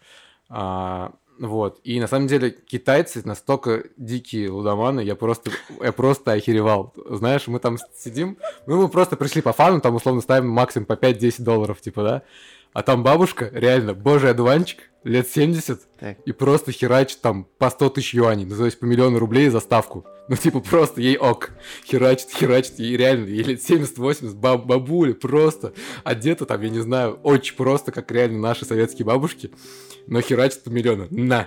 Вот. И на самом деле китайцы настолько дикие лудоманы, я просто охеревал. Знаешь, мы там сидим, мы просто пришли по фану, там условно ставим максимум по 5-10 долларов, типа, да? А там бабушка, реально, божий одуванчик, лет 70, Так. и просто херачит там по 100 тысяч юаней, ну, то есть по 1 000 000 рублей за ставку. Ну, типа, просто ей ок. Херачит, и реально, ей лет 70-80, бабуля просто одета там, я не знаю, очень просто, как реально наши советские бабушки, но херачит по 1 000 000.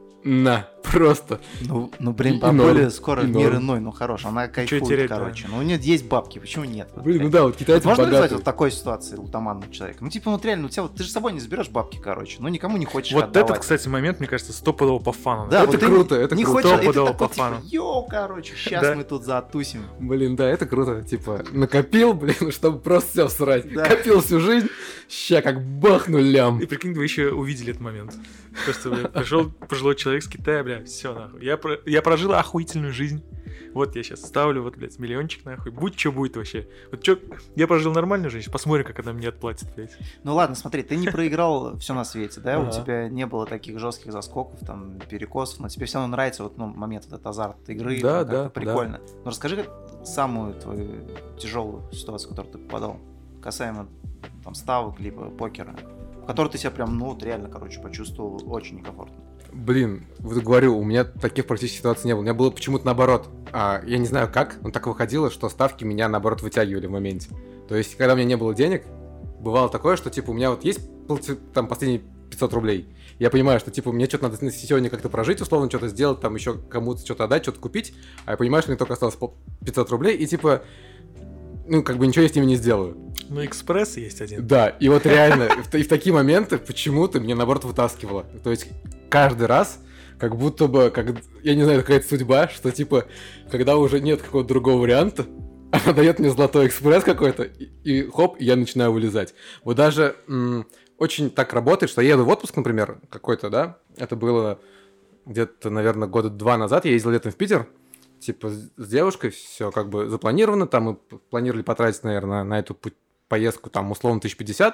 На, просто. Ну, блин, И бабуля норм, скоро и мир норм. иной, ну хорош, она кайфует, терять, короче. Ну, у нее есть бабки, почему нет? Вот, Блин, ну блядь. да, вот китайцы Можно назвать богатые. вот такой ситуации лутоманного человека? Ну, типа, вот реально, у тебя вот ты же с собой не заберешь бабки, короче, ну, никому не хочешь Вот отдавать. этот, кстати, момент, мне кажется, стопудово по фану. Да, Это вот ты круто, это не круто. хочешь, и ты Стопудово такой, по типа, фану. йоу, короче, сейчас Да. мы тут заотусим. Блин, да, это круто. Типа, накопил, блин, чтобы просто все всрать. Да. Копил всю жизнь, ща как бахну лям. И прикинь, вы еще увидели этот момент. Просто, бля, пришел пожилой человек с Китая, бля, все нахуй. Я прожил охуительную жизнь. Вот я сейчас ставлю, вот, блядь, миллиончик нахуй. Будь что будет вообще. Вот что, я прожил нормальную жизнь, посмотрим, как она мне отплатит, блядь. Ну ладно, смотри, ты не проиграл все на свете, да? У Ага. тебя не было таких жестких заскоков, там, перекосов, но тебе все равно нравится вот, ну, момент, вот этот азарт игры, Да, там, как-то да, прикольно. Ну расскажи самую твою тяжелую ситуацию, в которую ты попадал, касаемо там ставок, либо покера, в которой ты себя прям, ну, вот реально, короче, почувствовал очень некомфортно. Блин, вот говорю, у меня таких практически ситуаций не было. У меня было почему-то наоборот. Я не знаю как, но так выходило, что ставки меня наоборот вытягивали в моменте. То есть, когда у меня не было денег, бывало такое, что типа у меня вот есть там последние 500 рублей. Я понимаю, что типа мне что-то надо сегодня как-то прожить, условно, что-то сделать, там еще кому-то что-то отдать, что-то купить. А я понимаю, что мне только осталось 500 рублей, и типа, ну, как бы ничего я с ними не сделаю. Ну, экспресс есть один. Да, и вот реально, и в такие моменты почему-то меня наоборот вытаскивало. То есть каждый раз, как будто бы, я не знаю, какая-то судьба, что типа, когда уже нет какого-то другого варианта, она дает мне золотой экспресс какой-то, и хоп, и я начинаю вылезать. Вот даже очень так работает, что я еду в отпуск, например, какой-то, да, это было где-то, наверное, 2 года назад, я ездил летом в Питер, типа с девушкой, все как бы запланировано, там мы планировали потратить, наверное, на эту поездку, там, условно, 1050.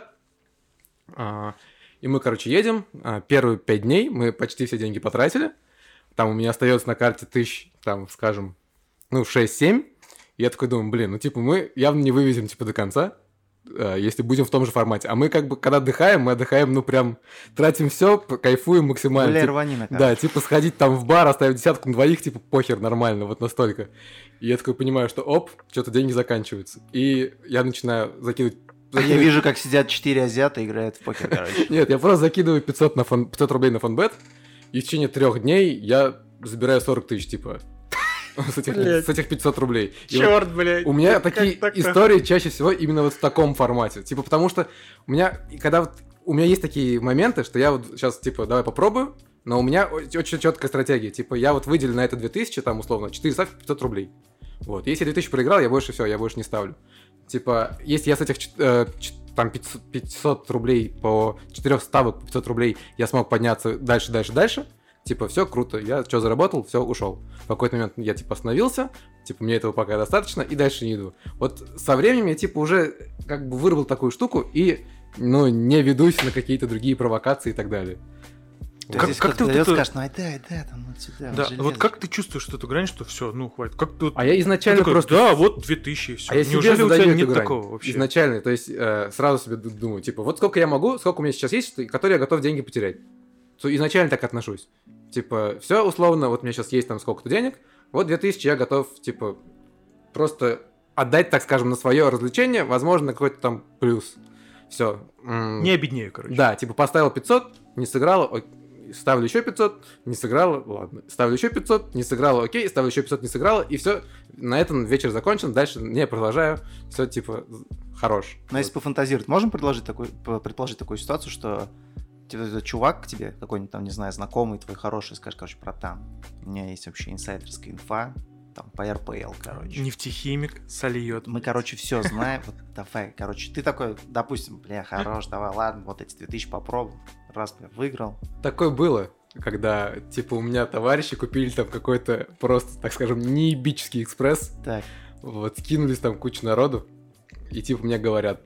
И мы, короче, едем. Первые 5 дней мы почти все деньги потратили. Там у меня остается на карте там, скажем, 6-7. И я такой думаю, блин, ну, типа, мы явно не вывезем, типа, до конца, если будем в том же формате. А мы, как бы, когда отдыхаем, мы отдыхаем, ну, прям, тратим все, кайфуем максимально. Бля, Типа, рванина, да, типа, сходить там в бар, оставить десятку на двоих, типа, похер, нормально, вот настолько. И я такой понимаю, что, оп, что-то деньги заканчиваются. И я начинаю Я вижу, как сидят 4 азиата и играют в покер, короче. Нет, я просто закидываю 500 рублей на фонбет, и в течение 3 дней я забираю 40 тысяч, типа, с этих 500 рублей. Черт, блядь. У меня такие истории чаще всего именно вот в таком формате. Типа, потому что у меня есть такие моменты, что я вот сейчас, типа, давай попробую, но у меня очень четкая стратегия. Типа, я вот выделю на это 2000, там, условно, 4 ставки 500 рублей. Вот. Если 2000 проиграл, я больше не ставлю. Типа, если я с этих там 500 рублей по 4 ставок, 500 рублей, я смог подняться дальше, типа, все круто, я что заработал, все, ушел. В какой-то момент я, типа, остановился, типа, мне этого пока достаточно, и дальше не иду. Вот со временем я, типа, уже как бы выработал такую штуку и, ну, не ведусь на какие-то другие провокации и так далее. Как ты вот скажешь, ну да, там вот сюда. Да, вот как ты чувствуешь эту грань, что все, ну хватит. Как ты, а я изначально такой, просто... Да, вот 2000 и все. А я Неужели у тебя нет такого вообще? Изначально, то есть сразу себе думаю, типа, вот сколько я могу, сколько у меня сейчас есть, которые я готов деньги потерять. Изначально так отношусь. Типа, все условно, вот у меня сейчас есть там сколько-то денег, вот 2000 я готов, типа, просто отдать, так скажем, на свое развлечение, возможно, какой-то там плюс. Все. Не обеднею, короче. Да, типа, поставил 500, не сыграло, ставлю еще 500, не сыграло, ладно. Ставлю еще 500, не сыграло, окей, ставлю еще 500, не сыграло, и все, на этом вечер закончен, дальше не продолжаю, все, типа, хорош. Но если пофантазировать, можем предположить такую ситуацию, что типа, чувак к тебе, какой-нибудь там, не знаю, знакомый твой хороший, скажет, короче, братан, у меня есть вообще инсайдерская инфа, там, по РПЛ, короче. Нефтехимик сольет. Мы, короче, все знаем, вот давай, короче, ты такой, допустим, хорош, давай, ладно, вот эти 2000 попробуем, раз, выиграл. Такое было, когда, типа, у меня товарищи купили там какой-то просто, так скажем, неебический экспресс. Так. Вот, скинулись там куча народу, и, типа, мне говорят,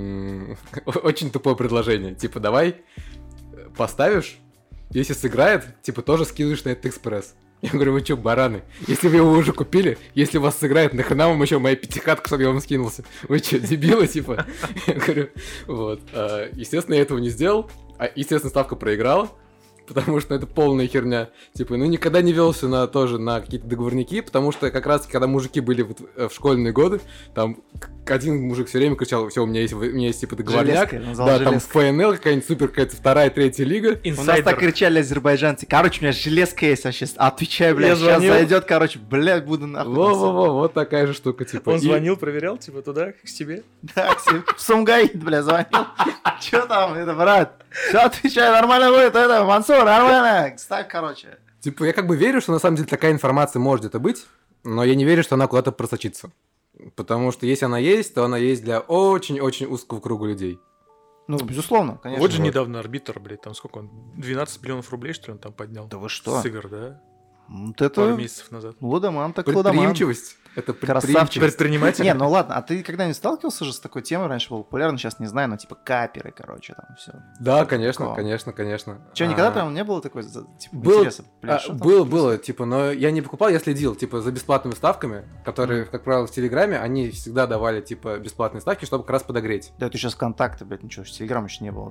очень тупое предложение, типа, давай поставишь, если сыграет, типа, тоже скидываешь на этот экспресс. Я говорю, вы что, бараны? Если вы его уже купили, если вас сыграет, нахрена вам еще моя пятихатка, чтобы я вам скинулся? Вы что, дебилы, типа? Я говорю, вот. Естественно, я этого не сделал. Естественно, ставка проиграла, потому что это полная херня. Типа, ну, никогда не велся на какие-то договорники, потому что как раз, когда мужики были в школьные годы, там один мужик все время кричал, все, у меня есть типа договорняк. Да, там ФНЛ какая-нибудь супер, какая-то 2-я, 3-я лига. Инсайдер. У нас так кричали азербайджанцы. Короче, у меня железка есть вообще. Отвечай, блядь, сейчас зайдет, короче, блядь, буду нахуй. Во-во-во, вот такая же штука, типа. Он звонил, проверял, типа, туда, к себе? Да, к себе. В Сумгаит, бля, звонил. Че там, это, брат? Все, отвечай, нормально будет, это, Мансур, нормально. Ставь, короче. Типа, я как бы верю, что на самом деле такая информация может где-то быть, но я не верю, что она куда-то просочится. Потому что если она есть, то она есть для очень-очень узкого круга людей. Ну, безусловно, конечно. Вот же недавно арбитр, блядь, там сколько он, 12 миллионов рублей, что ли, он там поднял? Да вы что? С игр, да? Вот это... Пару месяцев назад. Лудоман, так лудоман. Предприимчивость. Это Красавчик. Предприниматель. Не, ну ладно, а ты когда-нибудь сталкивался же с такой темой? Раньше было популярно, сейчас не знаю, но типа каперы, короче, там все. Да, конечно, конечно. Че, никогда прям не было такой, типа, интереса? Было, было, типа, но я не покупал, я следил, типа, за бесплатными ставками, которые, как правило, в Телеграме, они всегда давали, типа, бесплатные ставки, чтобы как раз подогреть. Да, это сейчас контакты, блядь, ничего, Телеграма еще не было.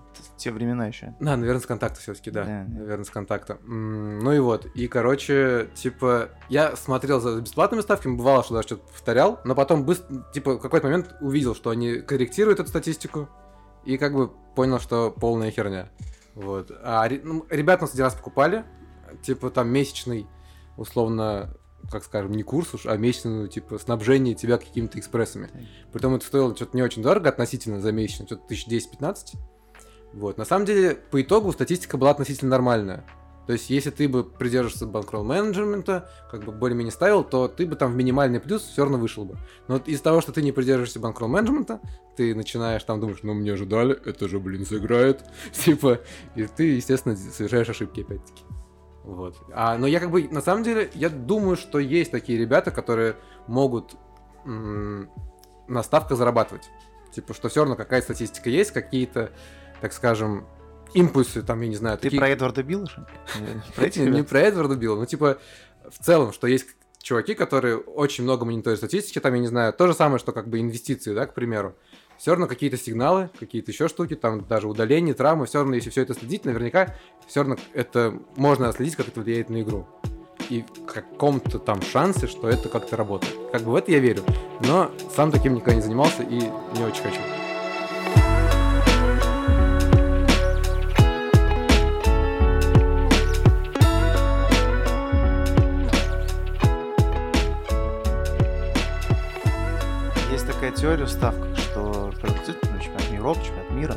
Те времена еще. Да, наверное, с контакта все-таки, да. Наверное, с контакта. Ну и вот. И, короче, типа, я смотрел за бесплатными ставками, бывало, что даже что-то повторял, но потом типа, в какой-то момент увидел, что они корректируют эту статистику, и как бы понял, что полная херня. Вот. А ребята нас один раз покупали, типа, там месячный, условно, как скажем, не курс уж, а месячное, типа, снабжение тебя какими-то экспрессами. Притом это стоило что-то не очень дорого относительно за месячно, что-то 1010-15. Вот. На самом деле, по итогу статистика была относительно нормальная. То есть, если ты бы придерживался банкролл менеджмента, как бы более-менее ставил, то ты бы там в минимальный плюс все равно вышел бы. Но вот из-за того, что ты не придерживаешься банкролл менеджмента, ты начинаешь там думать, ну мне же дали, это же, блин, сыграет. Типа, и ты, естественно, совершаешь ошибки опять-таки. Вот. Но я как бы, на самом деле, я думаю, что есть такие ребята, которые могут на ставках зарабатывать. Типа, что все равно какая-то статистика есть, какие-то, так скажем, импульсы, там, я не знаю... Ты про Эдварда Билла? Не про Эдварда Билла, но типа в целом, что есть чуваки, которые очень много мониторят статистики, там, я не знаю, то же самое, что как бы инвестиции, да, к примеру. Все равно какие-то сигналы, какие-то еще штуки, там даже удаление, травмы, все равно, если все это следить, наверняка все равно это можно отследить, как это влияет на игру. И в каком-то там шансе, что это как-то работает. Как бы в это я верю, но сам таким никогда не занимался и не очень хочу. такая теория в ставках, что чемпионат Европы, чемпионат мира,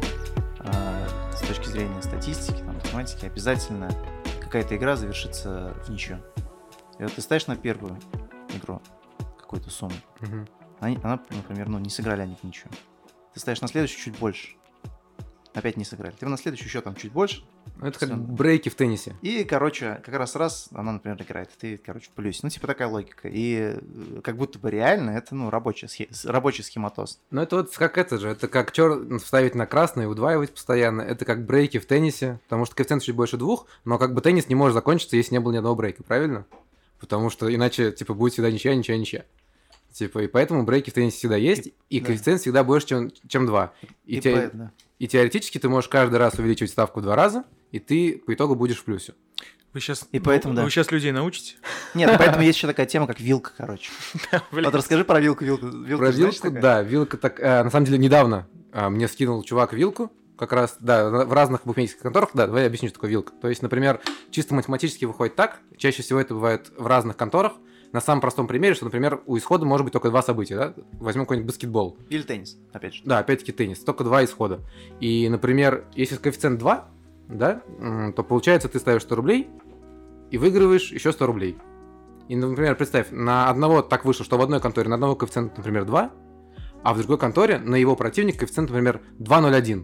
с точки зрения статистики, там, математики, обязательно какая-то игра завершится в ничью. И вот ты ставишь на первую игру какую-то сумму, она, например, не сыграли они в ничью. Ты ставишь на следующую чуть больше, опять не сыграли. Ты на следующую еще там чуть больше. Это как брейки в теннисе. И, как раз она, например, играет, ты, в плюсе. Типа такая логика. И как будто бы реально это, рабочий схематоз. Ну, это вот как это как ставить на красное и удваивать постоянно. Это как брейки в теннисе, потому что коэффициент чуть больше 2, но как бы теннис не может закончиться, если не было ни одного брейка, правильно? Потому что иначе, типа, будет всегда ничья. Типа, и поэтому брейки в теннисе всегда есть, и коэффициент всегда больше, чем 2. И теоретически ты можешь каждый раз увеличивать ставку в 2 раза, и ты по итогу будешь в плюсе. Вы сейчас людей научите? Нет, поэтому есть еще такая тема, как вилка, короче. Вот расскажи про вилку. Про вилку, да. Вилка так... На самом деле, недавно мне скинул чувак вилку, как раз, да, в разных букмекерских конторах. Да, давай я объясню, что такое вилка. То есть, например, чисто математически выходит так, чаще всего это бывает в разных конторах, на самом простом примере, что, например, у исхода может быть только 2 события, да? Возьмем какой-нибудь баскетбол. Или теннис, опять же. Да, опять-таки теннис, только 2 исхода. И, например, если коэффициент 2, да, то получается, ты ставишь 100 рублей и выигрываешь еще 100 рублей. И, например, представь, на одного так вышло, что в одной конторе на одного коэффициент, например, 2, а в другой конторе на его противника коэффициент, например, 2,01.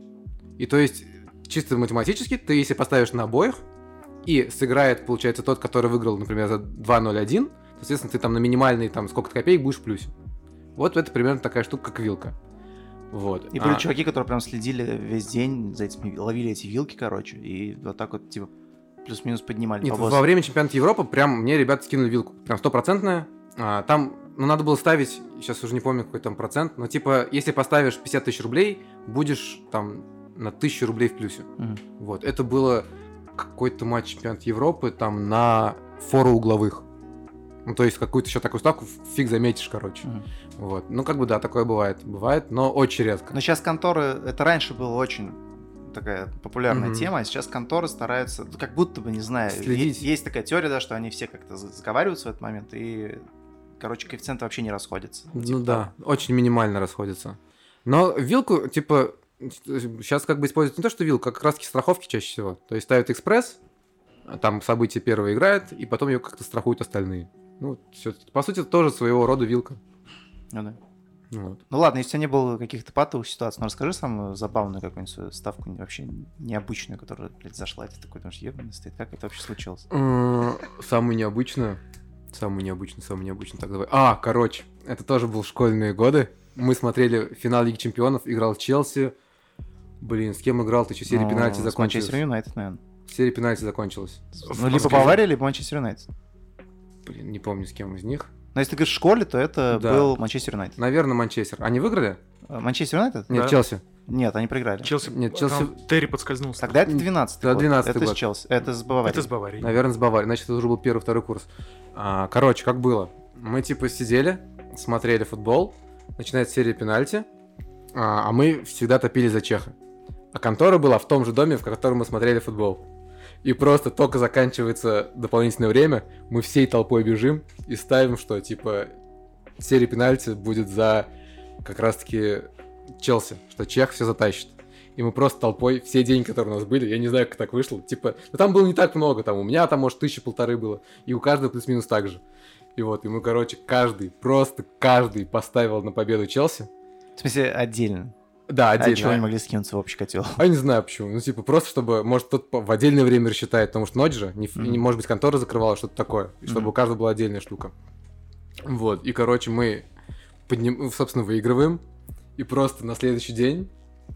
И то есть, чисто математически, ты если поставишь на обоих, и сыграет, получается, тот, который выиграл, например, за 2,01, то, соответственно, ты там на минимальный, там, сколько-то копеек будешь в плюсе. Вот это примерно такая штука, как вилка. Вот. И были чуваки, которые прям следили весь день за этими, ловили эти вилки, короче, и вот так вот, типа, плюс-минус поднимали. Нет, во время чемпионата Европы прям мне ребята скинули вилку. Прям 100%. Там, надо было ставить, сейчас уже не помню, какой там процент, но, типа, если поставишь 50 тысяч рублей, будешь там на 1000 рублей в плюсе. Вот. Это было какой-то матч чемпионата Европы там на фору угловых. Ну, то есть какую-то еще такую ставку фиг заметишь, короче. Вот. Ну, как бы, да, такое бывает. Бывает, но очень редко. Но сейчас конторы, это раньше было очень такая популярная тема, а сейчас конторы стараются, как будто бы, не знаю, есть такая теория, да, что они все как-то заговариваются в этот момент, и, короче, коэффициенты вообще не расходятся. Ну типа, да, очень минимально расходятся. Но вилку, типа, сейчас как бы используют не то, что вилку, а как раз-таки страховки чаще всего. То есть ставят экспресс, там событие первое играет, и потом ее как-то страхуют остальные. Ну, все. По сути, это тоже своего рода вилка. Ну да. Вот. Ну ладно, если у тебя не было каких-то патовых ситуаций, ну расскажи самую забавную какую-нибудь свою ставку, вообще необычную, которая, блядь, зашла. Это такой, потому что ебаный стоит. Как это вообще случилось? Самую необычную. Так, давай. Короче, это тоже был школьные годы. Мы смотрели финал Лиги Чемпионов, играл Челси. Блин, с кем играл? Ты что, серия пенальти закончилась? С Манчестер Юнайтед, наверное. Серия пенальти закончилась. Ну, либо Бавария, либо Манчестер Юнайтед. Блин, не помню, с кем из них. Но если ты говоришь в школе, то это был Манчестер Юнайтед. Наверное, Манчестер. Они выиграли? Манчестер Юнайтед? Нет, Челси. Нет, они проиграли. Челси. Там Терри подскользнулся. Тогда это 12-й год. 12-й это год. с Челси. Это с Баварией. Это с Баварией. Наверное, с Баварией. Значит, это уже был первый-второй курс. Короче, как было? Мы типа сидели, смотрели футбол, начинается серия пенальти, а мы всегда топили за Чеха. А контора была в том же доме, в котором мы смотрели футбол. И просто только заканчивается дополнительное время, мы всей толпой бежим и ставим, что типа серия пенальти будет за как раз-таки Челси, что Чех все затащит. И мы просто толпой, все деньги, которые у нас были, я не знаю, как так вышло, типа, ну там было не так много, там у меня там, может, 1000-1500 было, и у каждого плюс-минус так же. И вот, и мы, короче, каждый поставил на победу Челси. В смысле, отдельно? Да, отдельно. А чего они могли скинуться в общий котел? А я не знаю почему. Ну, типа, просто чтобы, может, кто-то в отдельное время рассчитает, потому что ночь же, не может быть, контора закрывала, что-то такое, и чтобы у каждого была отдельная штука. Вот, и, короче, мы, собственно, выигрываем, и просто на следующий день,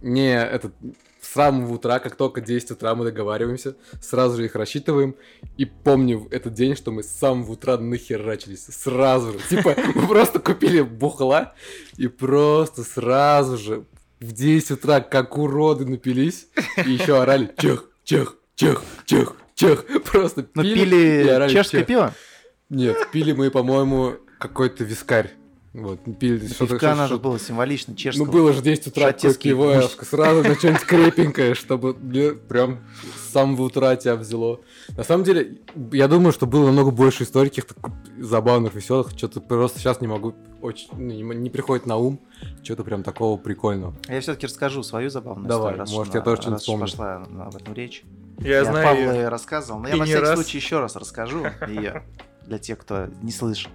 с самого утра, как только 10 утра мы договариваемся, сразу же их рассчитываем, и помню этот день, что мы с самого утра нахерачились, сразу же. Типа, мы просто купили бухла, и просто сразу же в 10 утра, как уроды, напились, и еще орали «Чех, Чех, Чех, Чех, Чех». Просто пили и орали чешское пиво? Нет, пили мы, по-моему, какой-то вискарь. Вот, пили Пивка надо было символично, чешского. Ну, было же 10 утра, такое пиво, сразу на что-нибудь крепенькое, чтобы прям с самого утра тебя взяло. На самом деле, я думаю, что было намного больше историй каких-то забавных, веселых, что-то просто сейчас не могу, не приходит на ум, что-то прям такого прикольного. Я все-таки расскажу свою забавную историю. Давай, может, я тоже что-нибудь вспомню. Пошла об этом речь. Я знаю Павлу рассказывал, но я на всякий случай еще раз расскажу ее, для тех, кто не слышал.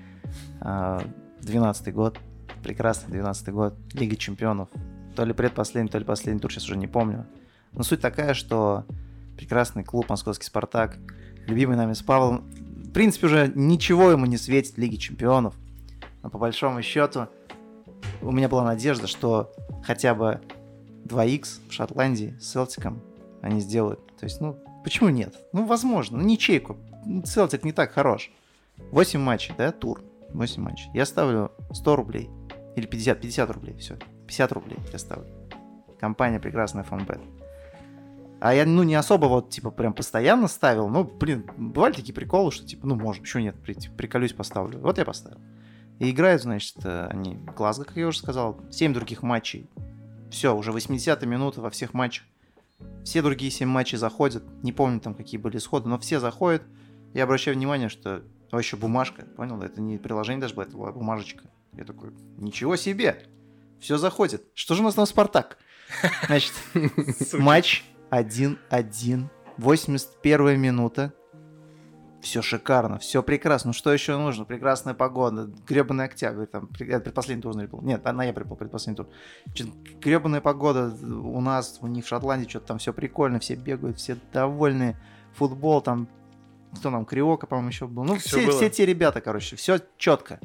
12-й год, прекрасный 12-й год, Лига Чемпионов. То ли предпоследний, то ли последний тур, сейчас уже не помню. Но суть такая, что прекрасный клуб «Московский Спартак», любимый нами с Павлом, в принципе, уже ничего ему не светит в Лиге Чемпионов. Но по большому счету у меня была надежда, что хотя бы 2х в Шотландии с Селтиком они сделают. То есть, почему нет? Возможно, ничейку. Селтик не так хорош. 8 матчей, да, тур. 8 матчей. Я ставлю 100 рублей. Или 50 рублей, все. 50 рублей я ставлю. Компания прекрасная Фанбет. А я, не особо прям постоянно ставил. Бывали такие приколы, что, может, почему нет, приколюсь, поставлю. Вот я поставил. И играют, значит, они в Глазго, как я уже сказал, 7 других матчей. Все, уже 80-я минута во всех матчах. Все другие 7 матчей заходят. Не помню там, какие были исходы, но все заходят. Я обращаю внимание, что еще бумажка, понял? Это не приложение даже было, это была бумажечка. Я такой, ничего себе! Все заходит. Что же у нас там Спартак? Значит, матч 1-1, 81-я минута. Все шикарно, все прекрасно. Что еще нужно? Прекрасная погода, гребаный октябрь, там, предпоследний тур, наверное, был. Нет, ноябрь был, предпоследний тур. Гребаная погода у нас, у них в Шотландии, что-то там все прикольно, все бегают, все довольны. Футбол там, кто нам, Криока, по-моему, еще был. Все те ребята, короче, все четко.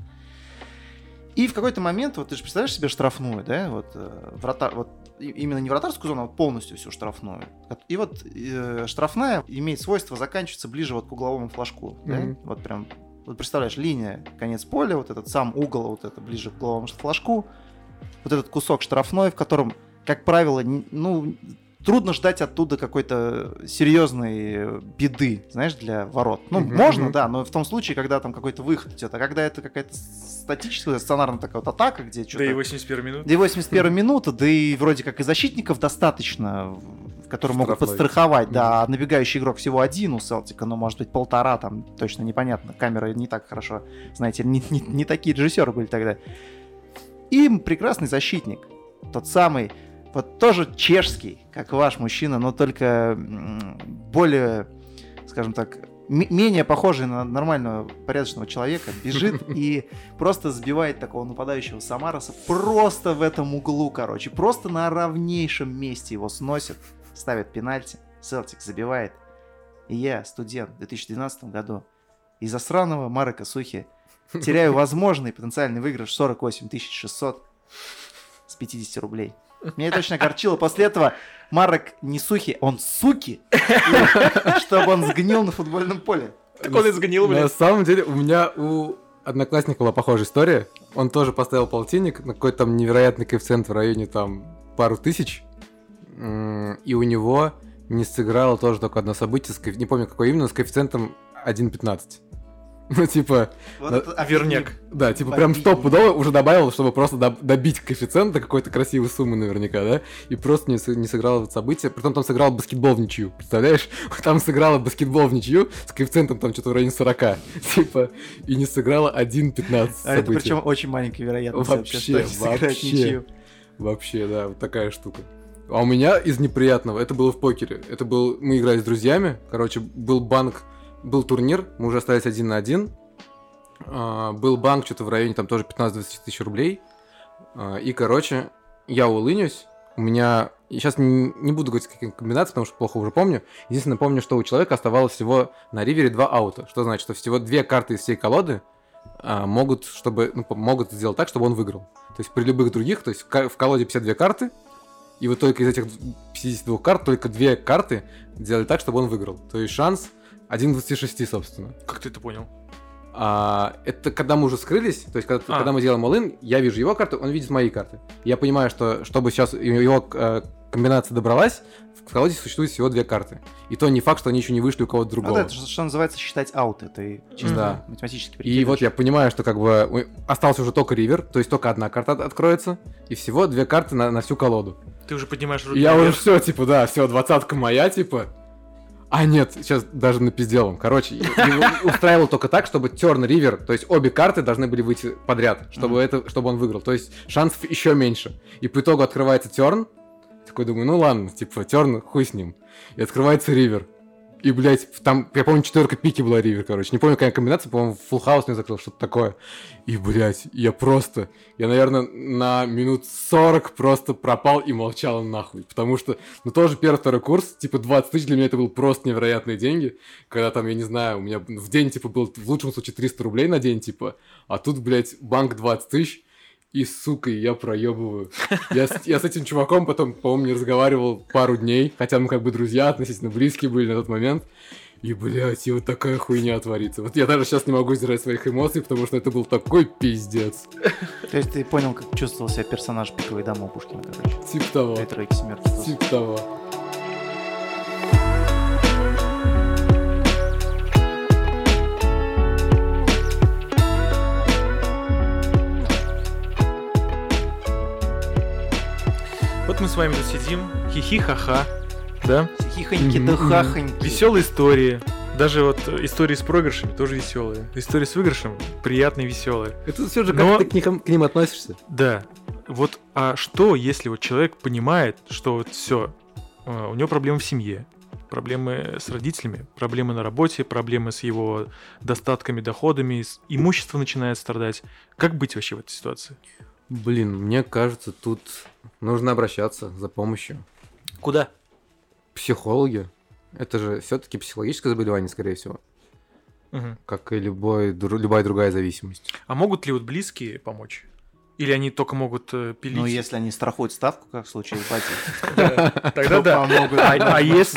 И в какой-то момент, ты же представляешь себе штрафную, да, именно не вратарскую зону, а полностью всю штрафную. И штрафная имеет свойство заканчиваться ближе к угловому флажку, да, прям, представляешь, линия, конец поля, этот сам угол, это ближе к угловому флажку, этот кусок штрафной, в котором, как правило, трудно ждать оттуда какой-то серьезной беды, знаешь, для ворот. Можно, да, но в том случае, когда там какой-то выход идет, а когда это какая-то статическая, стационарная такая атака, где что-то... Да и 81 минута. Да и 81 минута, да и вроде как и защитников достаточно, которые могут подстраховать, да, набегающий игрок всего один у Селтика, но может быть 1,5, там точно непонятно, камера не так хорошо, знаете, не такие режиссеры были тогда. И прекрасный защитник, тот самый, тоже чешский, как ваш мужчина, но только более, скажем так, менее похожий на нормального, порядочного человека, бежит и просто сбивает такого нападающего Самароса просто в этом углу, короче. Просто на равнейшем месте его сносит, ставит пенальти, Селтик забивает. И я, студент в 2012 году, из-за сраного Марека Сухи теряю возможный потенциальный выигрыш 48 600 с 50 рублей. Меня это очень огорчило. После этого Марек не Сухи, он суки, чтобы он сгнил на футбольном поле. Так он и сгнил, блин. На самом деле, у одноклассника была похожая история. Он тоже поставил полтинник на какой-то там невероятный коэффициент в районе там пару тысяч. И у него не сыграло тоже только одно событие, не помню какое именно, с коэффициентом 1,15. Верняк. Да, прям стопудово уже добавил, чтобы просто добить коэффициент до какой-то красивой суммы наверняка, да? И просто не сыграл это событие. Притом там сыграл баскетбол в ничью, представляешь? Там сыграла баскетбол в ничью с коэффициентом там что-то в районе 40. И не сыграла 1,15 событие. Это причем очень маленькая вероятность Вообще, да, вот такая штука. А у меня из неприятного, это было в покере. Мы играли с друзьями, короче, был турнир, мы уже остались 1 на 1. Был банк что-то в районе там тоже 15-20 тысяч рублей. И, короче, я улынюсь. У меня... Сейчас не буду говорить, какие комбинации, потому что плохо уже помню. Единственное, помню, что у человека оставалось всего на ривере 2 аута. Что значит, что всего 2 карты из всей колоды могут сделать так, чтобы он выиграл. То есть при любых других, то есть в колоде 52 карты, и вот только из этих 52 карт только 2 карты сделали так, чтобы он выиграл. То есть шанс 1 в 26, собственно. Как ты это понял? Это когда мы уже скрылись, то есть когда мы делаем all-in, я вижу его карты, он видит мои карты. Я понимаю, что чтобы сейчас его комбинация добралась, в колоде существует всего 2 карты. И то не факт, что они еще не вышли у кого-то Ну другого. да, это что называется считать ауты. Ты чисто Да. математически И прикидываешь. вот я понимаю, что как бы остался уже только ривер, то есть только одна карта откроется, и всего 2 карты на всю колоду. Ты уже поднимаешь И руки я уже вверх. все, типа, да, все, 20-ка моя, типа. А нет, сейчас даже напиздел он. Короче, его устраивал только так, чтобы turn ривер, то есть обе карты должны были выйти подряд, чтобы он выиграл. То есть шансов еще меньше. И по итогу открывается turn, такой думаю, ну ладно, типа, turn, хуй с ним. И открывается ривер. И, блядь, там, я помню, 4 пики была ривер, короче. Не помню, какая комбинация, по-моему, full house не закрыл, что-то такое. И, блядь, я, наверное, на минут 40 просто пропал и молчал нахуй. Потому что, ну, тоже первый-второй курс, типа, 20 тысяч для меня это был просто невероятные деньги. Когда там, я не знаю, у меня в день, типа, было в лучшем случае 300 рублей на день, типа. А тут, блядь, банк 20 тысяч. И, сука, я проебываю. Я с этим чуваком потом, по-моему, не разговаривал пару дней, хотя мы как бы друзья, относительно близкие были на тот момент. И, блядь, и вот такая хуйня творится. Вот я даже сейчас не могу сдержать своих эмоций, потому что это был такой пиздец. То есть ты понял, как чувствовал себя персонаж «Пиковой дамы» у Пушкина, короче. Типа того. Той тройки семерки. Типа того. Вот мы с вами тут сидим, хихи-ха-ха, да? Хихоньки да хахоньки. Веселые истории. Даже вот истории с проигрышами тоже веселые. Истории с выигрышем приятные, веселые. Это все же Но- как ты к ним относишься. Да. Вот, а что, если вот человек понимает, что вот все, у него проблемы в семье, проблемы с родителями, проблемы на работе, проблемы с его достатками, доходами, имущество начинает страдать. Как быть вообще в этой ситуации? Блин, мне кажется, тут нужно обращаться за помощью. Куда? Психологи. Это же все-таки психологическое заболевание, скорее всего. Мгм. Как и любая другая зависимость. А могут ли вот близкие помочь? Или они только могут пилить? Ну, если они страхуют ставку, как в случае с батей, Тогда то да. помогут. А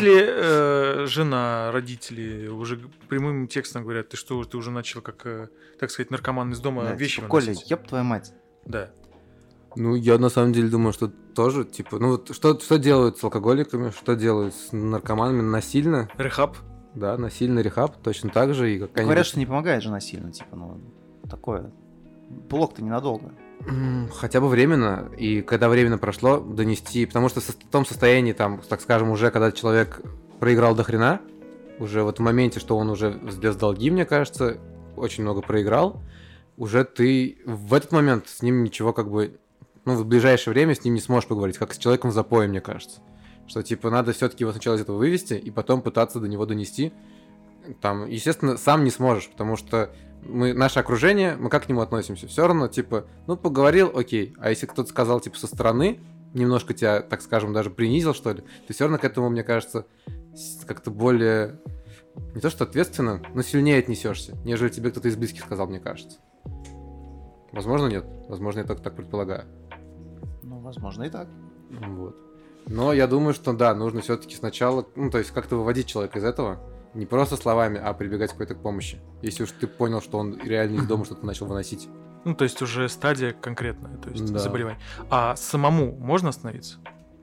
если жена, родители уже прямым текстом говорят, ты что, ты уже начал как, так сказать, наркоман из дома Да, вещи типа, Коля, выносить? ёб твою мать. Да. Ну, я на самом деле думаю, что тоже, типа, ну вот что делают с алкоголиками, что делают с наркоманами насильно, Рехаб. да, насильно рехаб, точно так же и какая-нибудь... Говорят, что не помогает же насильно, типа, ну, такое. Блок-то ненадолго. Хотя бы временно, и когда временно прошло, донести, потому что в том состоянии, там, так скажем, уже когда человек проиграл до хрена, уже вот в моменте, что он уже влез в долги, мне кажется, очень много проиграл, уже ты в этот момент с ним ничего как бы, ну, в ближайшее время с ним не сможешь поговорить, как с человеком в запое, мне кажется. Что, типа, надо все-таки его сначала из этого вывести, и потом пытаться до него донести. Там, естественно, сам не сможешь, потому что наше окружение, мы как к нему относимся? Все равно, типа, ну, поговорил, окей. А если кто-то сказал, типа, со стороны, немножко тебя, так скажем, даже принизил, что ли, ты все равно к этому, мне кажется, как-то более, не то что ответственно, но сильнее отнесешься, нежели тебе кто-то из близких сказал, мне кажется. Возможно, нет. Возможно, я только так предполагаю. Ну, возможно, и так. Вот. Но я думаю, что да, нужно все-таки сначала, ну, то есть как-то выводить человека из этого, не просто словами, а прибегать к какой-то помощи. Если уж ты понял, что он реально из дома что-то начал выносить. Ну, то есть уже стадия конкретная, то есть Да. заболевание. А самому можно остановиться?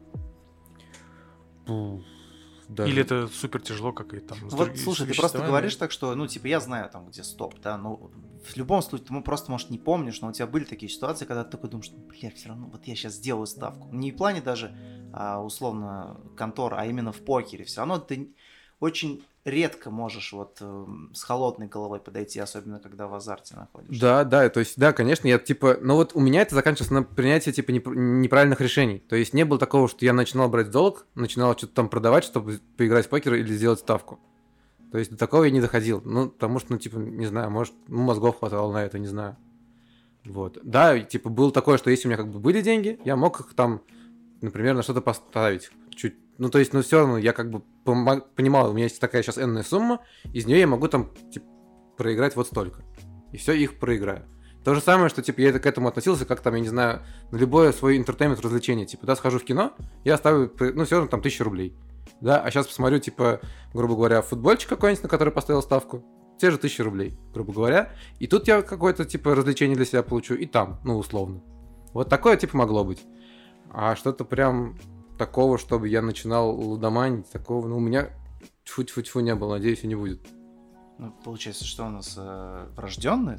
Даже... Или это супер тяжело, как и там... с Вот, другими слушай, ты просто веществами? говоришь так, что, ну, типа, я знаю там, где стоп, да, но в любом случае, ты просто, может, не помнишь, но у тебя были такие ситуации, когда ты такой думаешь, ну, бля, все равно, вот я сейчас сделаю ставку. Не в плане даже, условно, контор, а именно в покере. Все равно ты очень редко можешь вот с холодной головой подойти, особенно когда в азарте находишься. Да, то есть, да, конечно, я, типа, но вот у меня это заканчивалось на принятии, типа, неправильных решений. То есть не было такого, что я начинал брать долг, начинал что-то там продавать, чтобы поиграть в покер или сделать ставку. То есть до такого я не доходил. Ну, потому что, ну, типа, не знаю, может, мозгов хватало на это, не знаю. Вот. Да, типа, было такое, что если у меня как бы были деньги, я мог их там, например, на что-то поставить. Чуть. Ну, то есть, ну, все равно я как бы понимал, у меня есть такая сейчас энная сумма, из нее я могу там, типа, проиграть вот столько. И все, их проиграю. То же самое, что, типа, я к этому относился, как там, я не знаю, на любое свое интертеймент развлечение. Типа, да, схожу в кино, я ставлю, ну, все равно там 1000 рублей. Да, а сейчас посмотрю, типа, грубо говоря, футбольчик какой-нибудь, на который поставил ставку, те же 1000 рублей, грубо говоря. И тут я какое-то, типа, развлечение для себя получу, и там, ну, условно. Вот такое, типа, могло быть. А что-то прям такого, чтобы я начинал лудоманить, такого, ну, у меня тьфу-тьфу-тьфу не было, надеюсь, и не будет. Ну, получается, что у нас врожденная,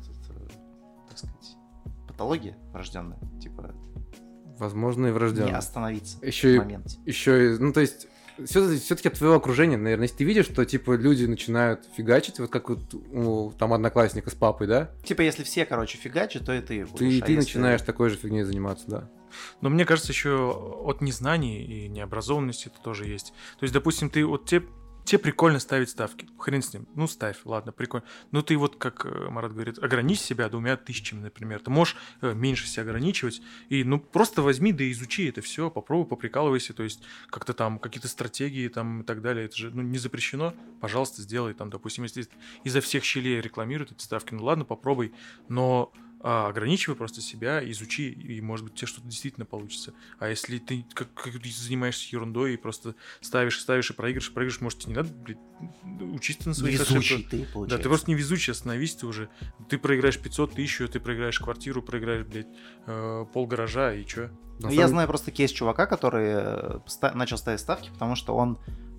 так сказать, патология врожденная, типа Возможно, и врожденный. не остановиться Еще в моменте. ну, то есть, все-таки от твоего окружения, наверное, если ты видишь, что, типа, люди начинают фигачить, вот как вот у там одноклассника с папой, да? Типа, если все, короче, фигачат, то и ты будешь. Ты если- начинаешь такой же фигней заниматься, да. Но мне кажется, еще от незнаний и необразованности это тоже есть. То есть, допустим, ты вот тебе прикольно ставить ставки. Хрен с ним. Ну, ставь, ладно, прикольно. Но ты вот, как Марат говорит, ограничь себя 2000, например. Ты можешь меньше себя ограничивать. И, ну, просто возьми, да изучи это все, попробуй, поприкалывайся. То есть, как-то там какие-то стратегии там и так далее. Это же, ну, не запрещено. Пожалуйста, сделай там, допустим, если изо всех щелей рекламируют эти ставки, ну, ладно, попробуй. Но ограничивай просто себя, изучи, и, может быть, у тебя что-то действительно получится. А если ты как занимаешься ерундой и просто ставишь и проигрываешь, может, тебе не надо, блядь, учиться на своих Везучий ошибках. ты, Да, получается. ты просто невезучий, остановись ты уже. Ты проиграешь 500 тысяч, ты проиграешь квартиру, проиграешь, блядь, пол гаража, и чё? Ну, я знаю просто кейс чувака, который начал ставить ставки, потому что он,